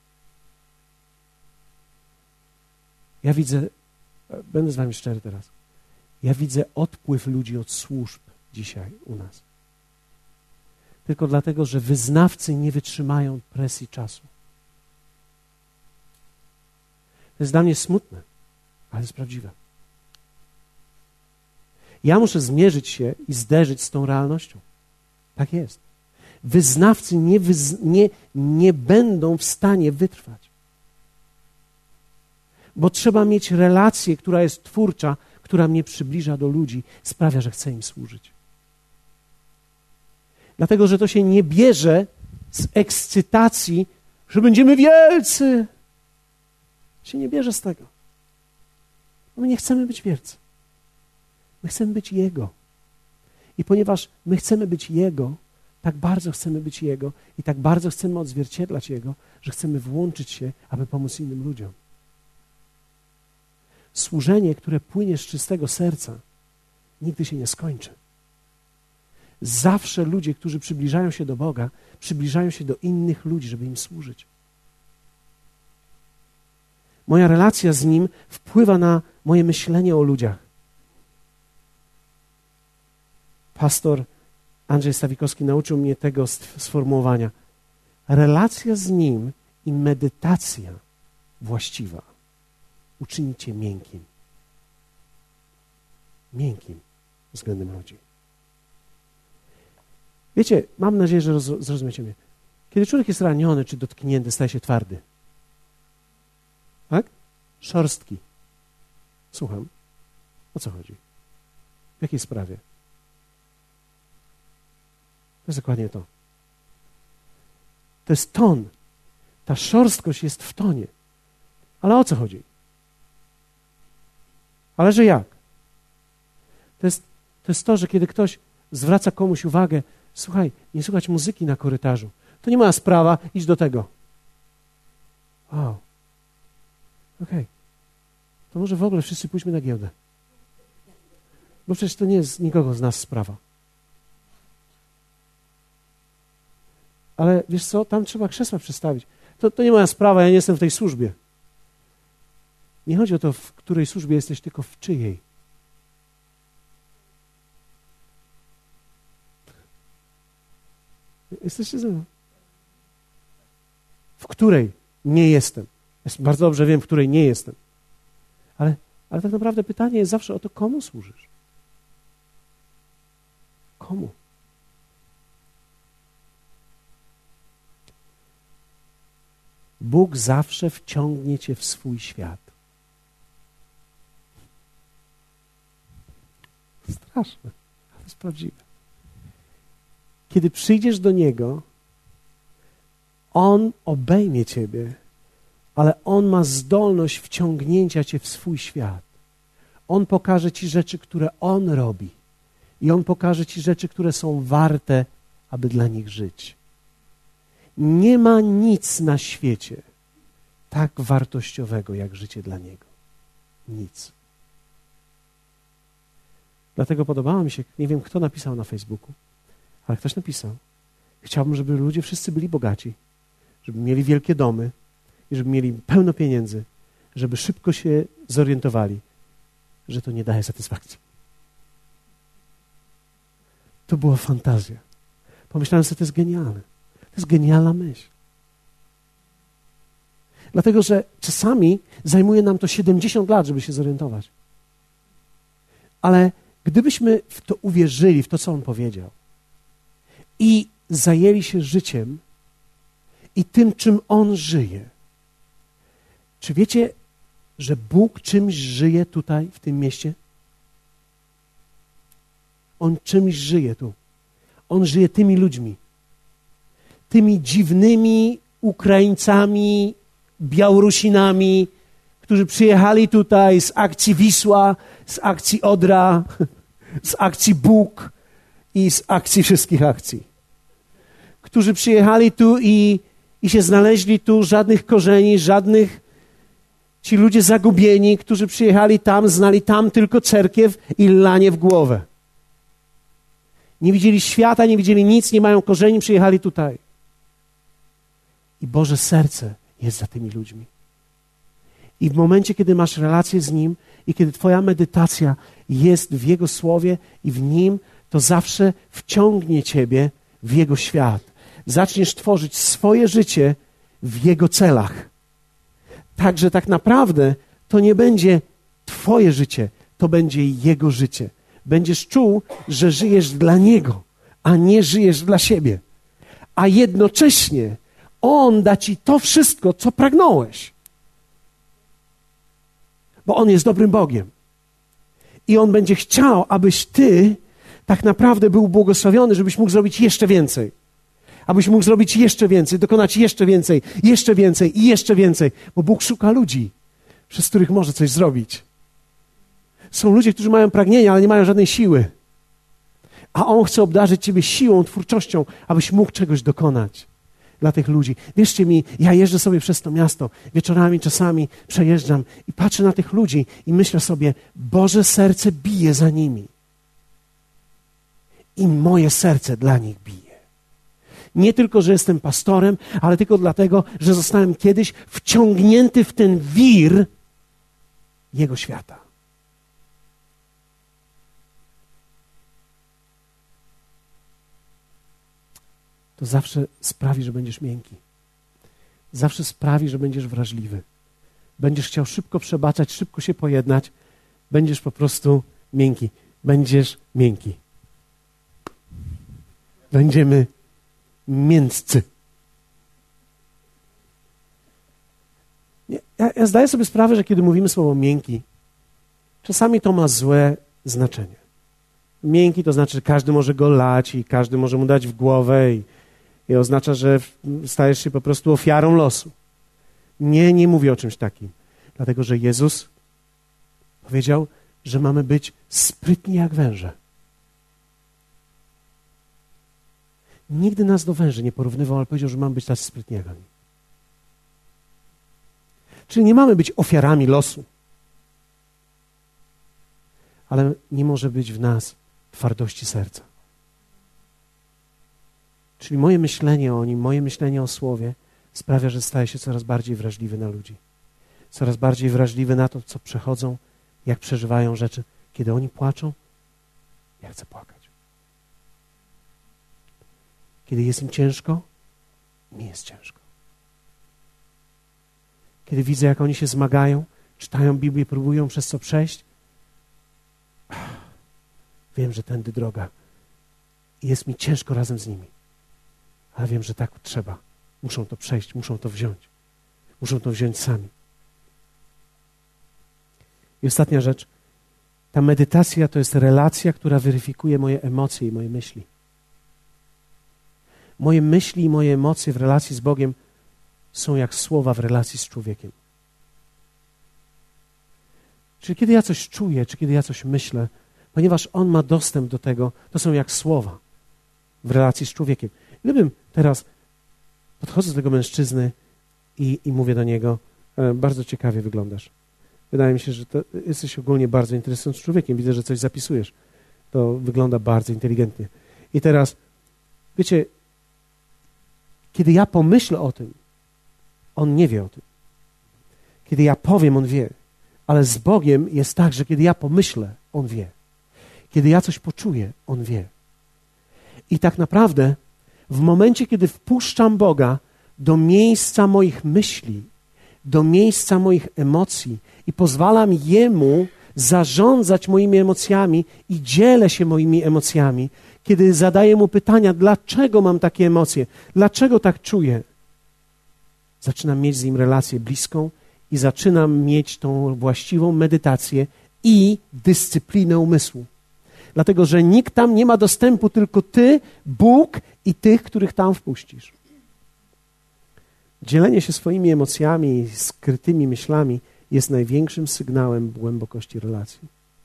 Ja widzę, będę z wami szczery teraz, ja widzę odpływ ludzi od służb dzisiaj u nas. Tylko dlatego, że wyznawcy nie wytrzymają presji czasu. To jest dla mnie smutne, ale jest prawdziwe. Ja muszę zmierzyć się i zderzyć z tą realnością. Tak jest. Wyznawcy nie będą w stanie wytrwać. Bo trzeba mieć relację, która jest twórcza, która mnie przybliża do ludzi, sprawia, że chcę im służyć. Dlatego, że to się nie bierze z ekscytacji, że będziemy wielcy. To się nie bierze z tego. My nie chcemy być wielcy. My chcemy być Jego. I ponieważ my chcemy być Jego, tak bardzo chcemy być Jego i tak bardzo chcemy odzwierciedlać Jego, że chcemy włączyć się, aby pomóc innym ludziom. Służenie, które płynie z czystego serca, nigdy się nie skończy. Zawsze ludzie, którzy przybliżają się do Boga, przybliżają się do innych ludzi, żeby im służyć. Moja relacja z Nim wpływa na moje myślenie o ludziach. Pastor Andrzej Stawikowski nauczył mnie tego sformułowania. Relacja z Nim i medytacja właściwa uczyni cię miękkim. Miękkim względem ludzi. Wiecie, mam nadzieję, że zrozumiecie mnie. Kiedy człowiek jest raniony czy dotknięty, staje się twardy. Tak? Szorstki. Słucham. O co chodzi? W jakiej sprawie? To jest dokładnie to. To jest ton. Ta szorstkość jest w tonie. Ale o co chodzi? Ale że jak? To jest to, że kiedy ktoś zwraca komuś uwagę, słuchaj, nie słuchać muzyki na korytarzu. To nie moja sprawa, idź do tego. Wow. Okej. To może w ogóle wszyscy pójdźmy na giełdę. Bo przecież to nie jest nikogo z nas sprawa. Ale wiesz co, tam trzeba krzesła przestawić. To nie moja sprawa, ja nie jestem w tej służbie. Nie chodzi o to, w której służbie jesteś, tylko w czyjej. Jesteście ze mną? W której nie jestem. Ja bardzo dobrze wiem, w której nie jestem. Ale tak naprawdę pytanie jest zawsze o to, komu służysz? Komu? Bóg zawsze wciągnie cię w swój świat. Straszne, ale to jest prawdziwe. Kiedy przyjdziesz do Niego, On obejmie ciebie, ale On ma zdolność wciągnięcia cię w swój świat. On pokaże ci rzeczy, które On robi. I On pokaże ci rzeczy, które są warte, aby dla nich żyć. Nie ma nic na świecie tak wartościowego, jak życie dla Niego. Nic. Dlatego podobało mi się, nie wiem kto napisał na Facebooku, ale ktoś napisał, chciałbym, żeby ludzie wszyscy byli bogaci, żeby mieli wielkie domy i żeby mieli pełno pieniędzy, żeby szybko się zorientowali, że to nie daje satysfakcji. To była fantazja. Pomyślałem sobie, to jest genialne. To jest genialna myśl. Dlatego, że czasami zajmuje nam to 70 lat, żeby się zorientować. Ale gdybyśmy w to uwierzyli, w to, co On powiedział i zajęli się życiem i tym, czym On żyje. Czy wiecie, że Bóg czymś żyje tutaj, w tym mieście? On czymś żyje tu. On żyje tymi ludźmi. Tymi dziwnymi Ukraińcami, Białorusinami, którzy przyjechali tutaj z akcji Wisła, z akcji Odra, z akcji Bóg i z akcji wszystkich akcji. Którzy przyjechali tu i się znaleźli tu, żadnych korzeni, żadnych, ci ludzie zagubieni, którzy przyjechali tam, znali tam tylko cerkiew i lanie w głowę. Nie widzieli świata, nie widzieli nic, nie mają korzeni, przyjechali tutaj. I Boże serce jest za tymi ludźmi. I w momencie, kiedy masz relację z Nim i kiedy twoja medytacja jest w Jego Słowie i w Nim, to zawsze wciągnie ciebie w Jego świat. Zaczniesz tworzyć swoje życie w Jego celach. Także tak naprawdę to nie będzie twoje życie, to będzie Jego życie. będziesz czuł, że żyjesz dla Niego, a nie żyjesz dla siebie. A jednocześnie On da ci to wszystko, co pragnąłeś. Bo On jest dobrym Bogiem. I On będzie chciał, abyś ty tak naprawdę był błogosławiony, żebyś mógł zrobić jeszcze więcej. Abyś mógł zrobić jeszcze więcej, dokonać jeszcze więcej i jeszcze więcej. Bo Bóg szuka ludzi, przez których może coś zrobić. Są ludzie, którzy mają pragnienia, ale nie mają żadnej siły. A On chce obdarzyć ciebie siłą, twórczością, abyś mógł czegoś dokonać dla tych ludzi. Wierzcie mi, ja jeżdżę sobie przez to miasto, wieczorami czasami przejeżdżam i patrzę na tych ludzi i myślę sobie, Boże serce bije za nimi. I moje serce dla nich bije. Nie tylko, że jestem pastorem, ale tylko dlatego, że zostałem kiedyś wciągnięty w ten wir Jego świata. To zawsze sprawi, że będziesz miękki. Zawsze sprawi, że będziesz wrażliwy. Będziesz chciał szybko przebaczać, szybko się pojednać. Będziesz po prostu miękki. Będziesz miękki. Będziemy mięccy. Ja zdaję sobie sprawę, że kiedy mówimy słowo miękki, czasami to ma złe znaczenie. Miękki to znaczy, że każdy może go lać i każdy może mu dać w głowę i oznacza, że stajesz się po prostu ofiarą losu. Nie mówię o czymś takim. Dlatego, że Jezus powiedział, że mamy być sprytni jak węże. Nigdy nas do węży nie porównywał, ale powiedział, że mamy być tacy sprytni jak oni. Czyli nie mamy być ofiarami losu. Ale nie może być w nas twardości serca. Czyli moje myślenie o Nim, moje myślenie o Słowie sprawia, że staję się coraz bardziej wrażliwy na ludzi. Coraz bardziej wrażliwy na to, co przechodzą, jak przeżywają rzeczy. Kiedy oni płaczą, ja chcę płakać. Kiedy jest im ciężko, mi jest ciężko. Kiedy widzę, jak oni się zmagają, czytają Biblię, próbują przez co przejść, wiem, że tędy droga. I jest mi ciężko razem z nimi. Ale wiem, że tak trzeba. Muszą to przejść, muszą to wziąć. Muszą to wziąć sami. I ostatnia rzecz. Ta medytacja to jest relacja, która weryfikuje moje emocje i moje myśli. Moje myśli i moje emocje w relacji z Bogiem są jak słowa w relacji z człowiekiem. Czyli kiedy ja coś czuję, czy kiedy ja coś myślę, ponieważ On ma dostęp do tego, to są jak słowa w relacji z człowiekiem. Gdybym teraz podchodzę do tego mężczyzny i mówię do niego, bardzo ciekawie wyglądasz. Wydaje mi się, że jesteś ogólnie bardzo interesującym człowiekiem. Widzę, że coś zapisujesz. To wygląda bardzo inteligentnie. I teraz, wiecie, kiedy ja pomyślę o tym, on nie wie o tym. Kiedy ja powiem, on wie. Ale z Bogiem jest tak, że kiedy ja pomyślę, on wie. Kiedy ja coś poczuję, on wie. I tak naprawdę w momencie, kiedy wpuszczam Boga do miejsca moich myśli, do miejsca moich emocji i pozwalam Jemu zarządzać moimi emocjami i dzielę się moimi emocjami, kiedy zadaję Mu pytania, dlaczego mam takie emocje, dlaczego tak czuję, zaczynam mieć z Nim relację bliską i zaczynam mieć tą właściwą medytację i dyscyplinę umysłu. Dlatego, że nikt tam nie ma dostępu, tylko Ty, Bóg i tych, których tam wpuścisz. Dzielenie się swoimi emocjami i skrytymi myślami jest największym sygnałem głębokości relacji.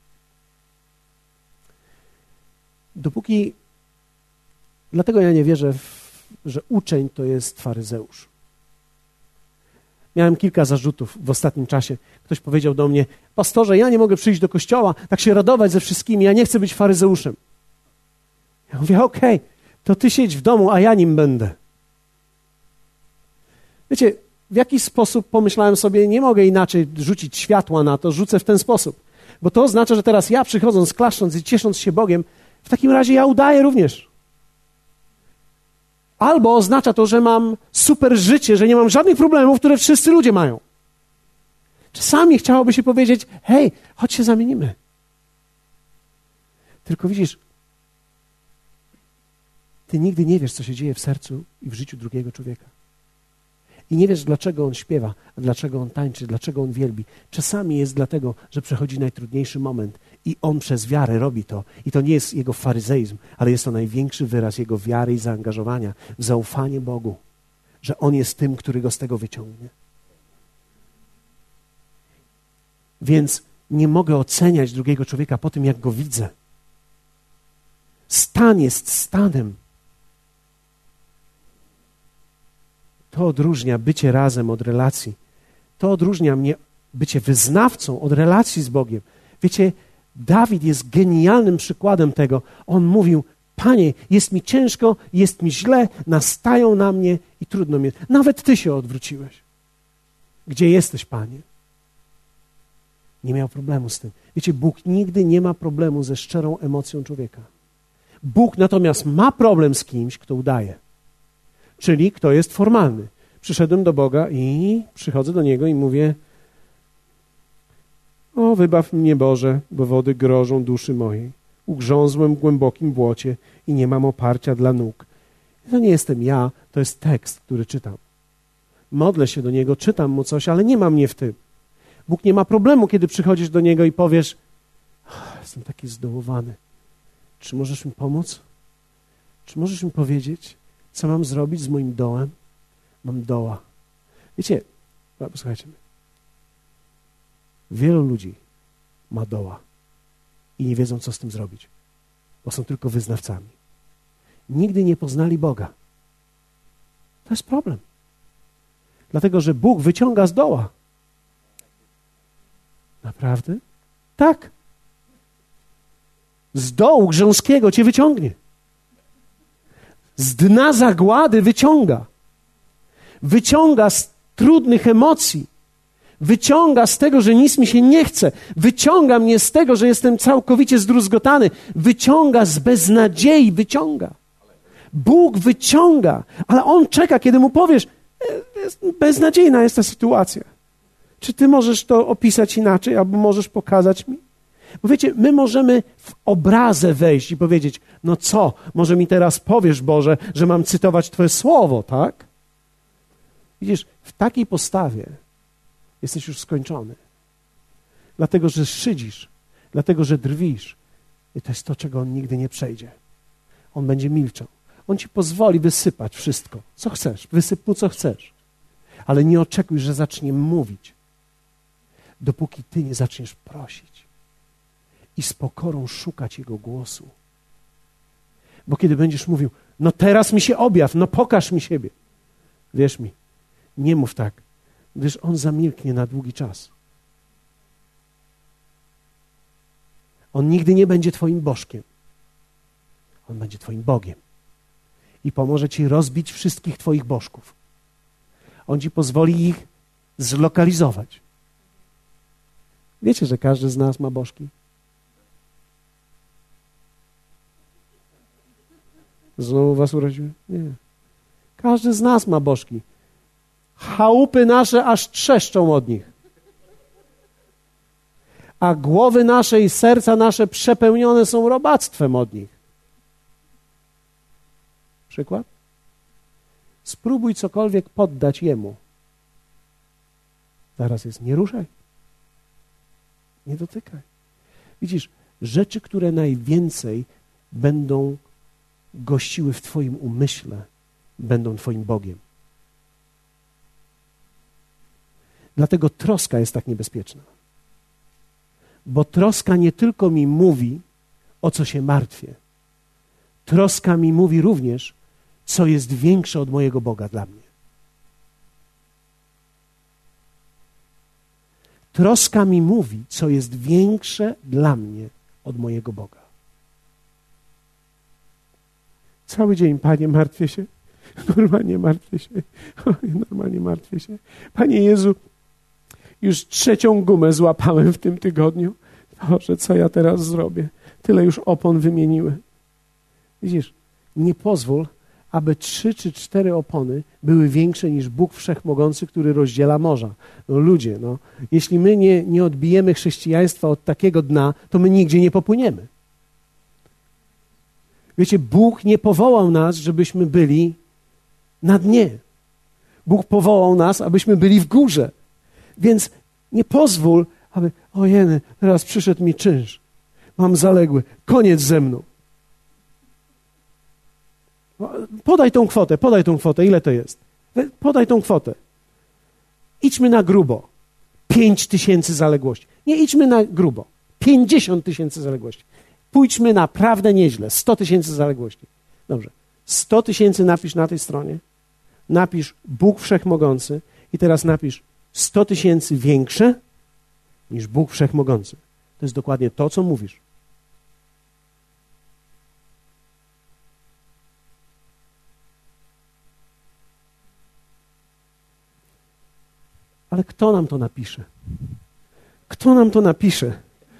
Dlatego ja nie wierzę, że uczeń to jest faryzeusz. Miałem kilka zarzutów w ostatnim czasie. Ktoś powiedział do mnie, pastorze, ja nie mogę przyjść do kościoła, tak się radować ze wszystkimi, ja nie chcę być faryzeuszem. Ja mówię, okej, to ty siedź w domu, a ja nim będę. Wiecie, w jakiś sposób pomyślałem sobie, nie mogę inaczej rzucić światła na to, rzucę w ten sposób. Bo to oznacza, że teraz ja przychodząc, klaszcząc i ciesząc się Bogiem, w takim razie ja udaję również. Albo oznacza to, że mam super życie, że nie mam żadnych problemów, które wszyscy ludzie mają. Czasami chciałoby się powiedzieć, hej, chodź się zamienimy. Tylko widzisz, ty nigdy nie wiesz, co się dzieje w sercu i w życiu drugiego człowieka. I nie wiesz, dlaczego on śpiewa, a dlaczego on tańczy, dlaczego on wielbi. Czasami jest dlatego, że przechodzi najtrudniejszy moment i on przez wiarę robi to. I to nie jest jego faryzeizm, ale jest to największy wyraz jego wiary i zaangażowania w zaufanie Bogu, że on jest tym, który go z tego wyciągnie. Więc nie mogę oceniać drugiego człowieka po tym, jak go widzę. Stan jest stanem. To odróżnia bycie razem od relacji. To odróżnia mnie bycie wyznawcą od relacji z Bogiem. Wiecie, Dawid jest genialnym przykładem tego. On mówił, Panie, jest mi ciężko, jest mi źle, nastają na mnie i trudno mi. Nawet Ty się odwróciłeś. Gdzie jesteś, Panie? Nie miał problemu z tym. Wiecie, Bóg nigdy nie ma problemu ze szczerą emocją człowieka. Bóg natomiast ma problem z kimś, kto udaje. Czyli kto jest formalny. Przyszedłem do Boga i przychodzę do Niego i mówię: o, wybaw mnie, Boże, bo wody grożą duszy mojej. Ugrzązłem w głębokim błocie i nie mam oparcia dla nóg. To nie jestem ja, to jest tekst, który czytam. Modlę się do Niego, czytam Mu coś, ale nie ma mnie w tym. Bóg nie ma problemu, kiedy przychodzisz do Niego i powiesz: jestem taki zdołowany. Czy możesz mi pomóc? Czy możesz mi powiedzieć, co mam zrobić z moim dołem? Mam doła. Wiecie, posłuchajcie mnie. Wielu ludzi ma doła i nie wiedzą, co z tym zrobić, bo są tylko wyznawcami. Nigdy nie poznali Boga. To jest problem. Dlatego, że Bóg wyciąga z doła. Naprawdę? Tak. Z dołu grząskiego cię wyciągnie. Z dna zagłady wyciąga. Wyciąga z trudnych emocji. Wyciąga z tego, że nic mi się nie chce. Wyciąga mnie z tego, że jestem całkowicie zdruzgotany. Wyciąga z beznadziei, wyciąga. Bóg wyciąga, ale On czeka, kiedy Mu powiesz: beznadziejna jest ta sytuacja. Czy Ty możesz to opisać inaczej, albo możesz pokazać mi? Bo wiecie, my możemy w obrazę wejść i powiedzieć: no co, może mi teraz powiesz, Boże, że mam cytować Twoje słowo, tak? Widzisz, w takiej postawie jesteś już skończony. Dlatego, że szydzisz, dlatego, że drwisz. I to jest to, czego On nigdy nie przejdzie. On będzie milczał. On ci pozwoli wysypać wszystko, co chcesz. Wysyp Mu, co chcesz. Ale nie oczekuj, że zacznie mówić, dopóki ty nie zaczniesz prosić i z pokorą szukać Jego głosu. Bo kiedy będziesz mówił: no teraz mi się objaw, no pokaż mi siebie. Wierz mi, nie mów tak, gdyż On zamilknie na długi czas. On nigdy nie będzie twoim bożkiem. On będzie twoim Bogiem. I pomoże ci rozbić wszystkich twoich bożków. On ci pozwoli ich zlokalizować. Wiecie, że każdy z nas ma bożki? Znowu was urodziłem? Nie. Każdy z nas ma bożki. Chałupy nasze aż trzeszczą od nich. A głowy nasze i serca nasze przepełnione są robactwem od nich. Przykład? Spróbuj cokolwiek poddać Jemu. Zaraz jest: nie ruszaj. Nie dotykaj. Widzisz, rzeczy, które najwięcej będą gościły w twoim umyśle, będą twoim Bogiem. Dlatego troska jest tak niebezpieczna. Bo troska nie tylko mi mówi, o co się martwię. Troska mi mówi również, co jest większe od mojego Boga dla mnie. Troska mi mówi, co jest większe dla mnie od mojego Boga. Cały dzień: Panie, martwię się. Normalnie martwię się. Normalnie martwię się. Panie Jezu, już 3. gumę złapałem w tym tygodniu. Boże, co ja teraz zrobię? Tyle już opon wymieniłem. Widzisz, nie pozwól, aby 3 czy 4 opony były większe niż Bóg Wszechmogący, który rozdziela morza. No ludzie, jeśli my nie odbijemy chrześcijaństwa od takiego dna, to my nigdzie nie popłyniemy. Wiecie, Bóg nie powołał nas, żebyśmy byli na dnie. Bóg powołał nas, abyśmy byli w górze. Więc nie pozwól, aby, ojeny, teraz przyszedł mi czynsz. Mam zaległy, koniec ze mną. Podaj tą kwotę, ile to jest? Podaj tą kwotę. Idźmy na grubo. 5,000 zaległości. Nie idźmy na grubo. 50,000 zaległości. Pójdźmy naprawdę nieźle. 100,000 zaległości. Dobrze. 100,000 napisz na tej stronie. Napisz Bóg Wszechmogący i teraz napisz 100,000 większe niż Bóg Wszechmogący. To jest dokładnie to, co mówisz. Ale kto nam to napisze? Kto nam to napisze?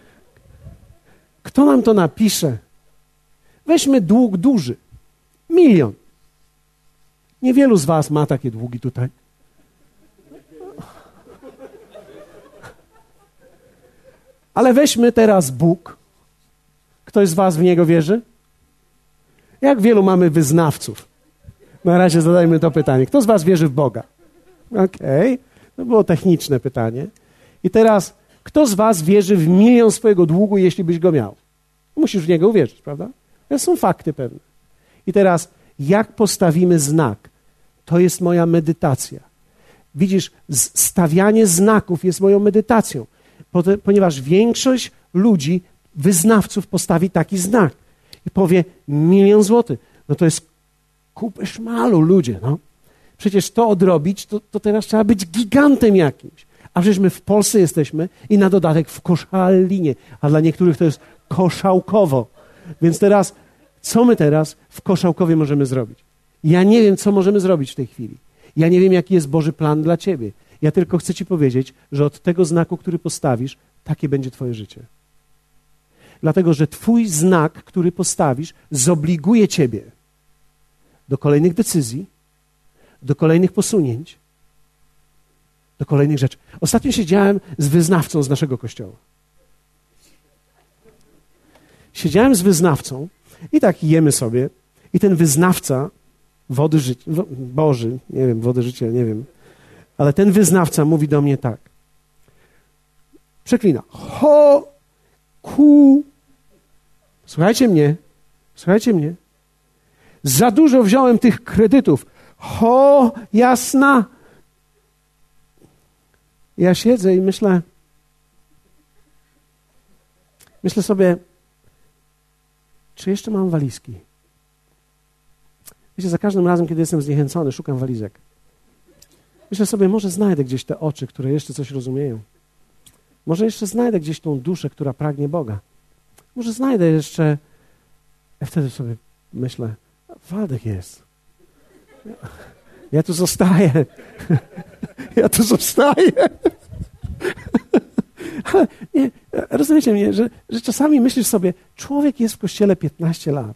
Kto nam to napisze? Weźmy dług duży. 1 000 000. Niewielu z was ma takie długi tutaj. Ale weźmy teraz Bóg. Ktoś z was w Niego wierzy? Jak wielu mamy wyznawców? Na razie zadajmy to pytanie. Kto z was wierzy w Boga? Okej. To było techniczne pytanie. I teraz, kto z was wierzy w 1 000 000 swojego długu, jeśli byś go miał? Musisz w niego uwierzyć, prawda? To są fakty pewne. I teraz, jak postawimy znak? To jest moja medytacja. Widzisz, stawianie znaków jest moją medytacją, ponieważ większość ludzi, wyznawców postawi taki znak i powie 1 000 000 złotych. No to jest kupę szmalu, ludzie, no. Przecież to odrobić, to teraz trzeba być gigantem jakimś. A przecież my w Polsce jesteśmy i na dodatek w Koszalinie, a dla niektórych to jest Koszałkowo. Więc teraz, co my teraz w Koszałkowie możemy zrobić? Ja nie wiem, co możemy zrobić w tej chwili. Ja nie wiem, jaki jest Boży plan dla ciebie. Ja tylko chcę ci powiedzieć, że od tego znaku, który postawisz, takie będzie twoje życie. Dlatego, że twój znak, który postawisz, zobliguje ciebie do kolejnych decyzji, do kolejnych posunięć, do kolejnych rzeczy. Ostatnio siedziałem z wyznawcą z naszego kościoła. Siedziałem z wyznawcą i tak jemy sobie i ten wyznawca wody życia, Boży, nie wiem, wody życia, nie wiem, ale ten wyznawca mówi do mnie tak. Przeklina. Słuchajcie mnie. Za dużo wziąłem tych kredytów. Jasna. Ja siedzę i myślę sobie, czy jeszcze mam walizki? Wiecie, za każdym razem, kiedy jestem zniechęcony, szukam walizek. Myślę sobie, może znajdę gdzieś te oczy, które jeszcze coś rozumieją. Może jeszcze znajdę gdzieś tą duszę, która pragnie Boga. Może znajdę jeszcze... Ja wtedy sobie myślę, Waldek jest. Ja tu zostaję. Ale nie, rozumiecie mnie, że czasami myślisz sobie, człowiek jest w kościele 15 lat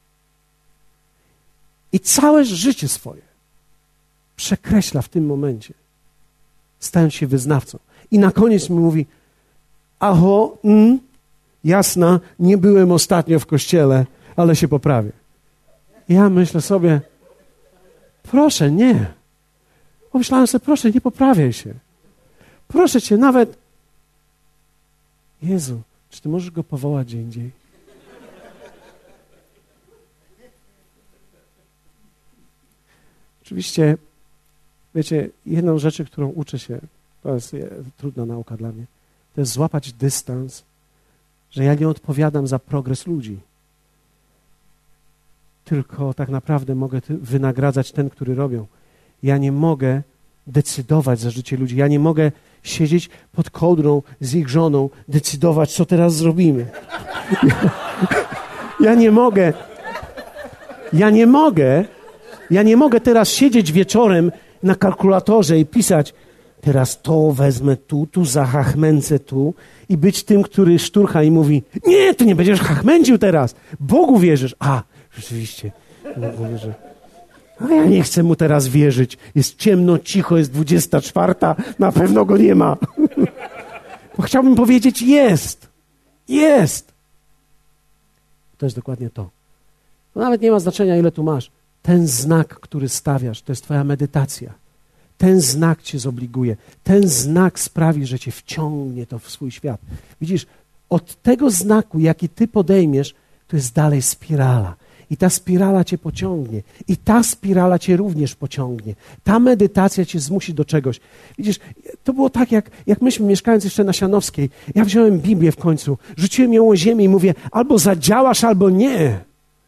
i całe życie swoje przekreśla w tym momencie, stając się wyznawcą. I na koniec mi mówi, jasna, nie byłem ostatnio w kościele, ale się poprawię. Ja myślę sobie, proszę, nie. Pomyślałem sobie, proszę, nie poprawiaj się. Proszę cię, nawet... Jezu, czy ty możesz go powołać gdzie indziej? Oczywiście, wiecie, jedną rzeczy, którą uczę się, to jest trudna nauka dla mnie, to jest złapać dystans, że ja nie odpowiadam za progres ludzi. Tylko tak naprawdę mogę wynagradzać ten, który robią. Ja nie mogę decydować za życie ludzi. Ja nie mogę siedzieć pod kołdrą z ich żoną, decydować, co teraz zrobimy. Ja nie mogę teraz siedzieć wieczorem na kalkulatorze i pisać, teraz to wezmę tu zahachmęcę tu i być tym, który szturcha i mówi, nie, ty nie będziesz hachmęcił teraz, Bogu wierzysz. Rzeczywiście, Bogu wierzę. A ja nie chcę mu teraz wierzyć. Jest ciemno, cicho, jest 24, na pewno go nie ma. Bo chciałbym powiedzieć, jest. To jest dokładnie to. To nawet nie ma znaczenia, ile tu masz. Ten znak, który stawiasz, to jest twoja medytacja. Ten znak cię zobliguje. Ten znak sprawi, że cię wciągnie to w swój świat. Widzisz, od tego znaku, jaki ty podejmiesz, to jest dalej spirala. I ta spirala cię pociągnie. I ta spirala cię również pociągnie. Ta medytacja cię zmusi do czegoś. Widzisz, to było tak, jak myśmy mieszkając jeszcze na Sianowskiej. Ja wziąłem Biblię w końcu, rzuciłem ją o ziemię i mówię, albo zadziałasz, albo nie.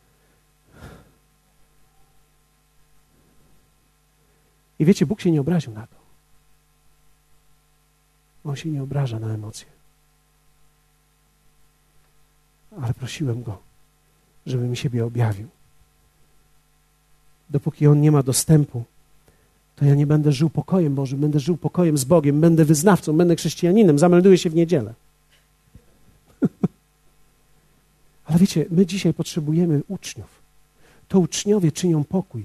I wiecie, Bóg się nie obraził na to. On się nie obraża na emocje. Ale prosiłem Go, żeby mi siebie objawił. Dopóki On nie ma dostępu, to ja nie będę żył pokojem Bożym, będę żył pokojem z Bogiem, będę wyznawcą, będę chrześcijaninem, zamelduję się w niedzielę. Ale wiecie, my dzisiaj potrzebujemy uczniów. To uczniowie czynią pokój,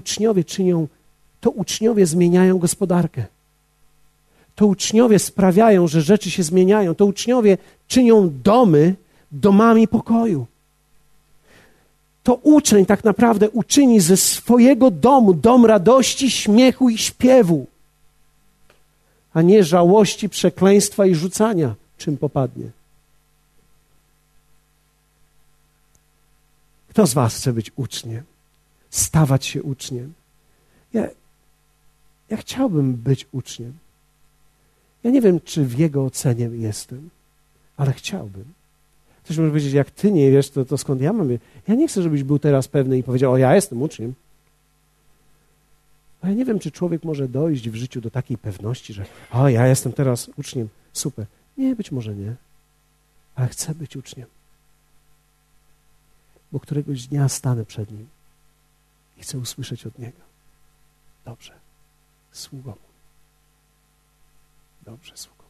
to uczniowie zmieniają gospodarkę. To uczniowie sprawiają, że rzeczy się zmieniają. To uczniowie czynią domy domami pokoju. To uczeń tak naprawdę uczyni ze swojego domu dom radości, śmiechu i śpiewu, a nie żałości, przekleństwa i rzucania, czym popadnie. Kto z was chce być uczniem? Stawać się uczniem? Ja chciałbym być uczniem. Ja nie wiem, czy w Jego ocenie jestem, ale chciałbym. Ktoś może powiedzieć, jak ty nie wiesz, to skąd ja mam? Ja nie chcę, żebyś był teraz pewny i powiedział, o, ja jestem uczniem. A ja nie wiem, czy człowiek może dojść w życiu do takiej pewności, że o, ja jestem teraz uczniem, super. Nie, być może nie, ale chcę być uczniem. Bo któregoś dnia stanę przed Nim i chcę usłyszeć od Niego. Dobrze, sługo. Dobrze, sługo.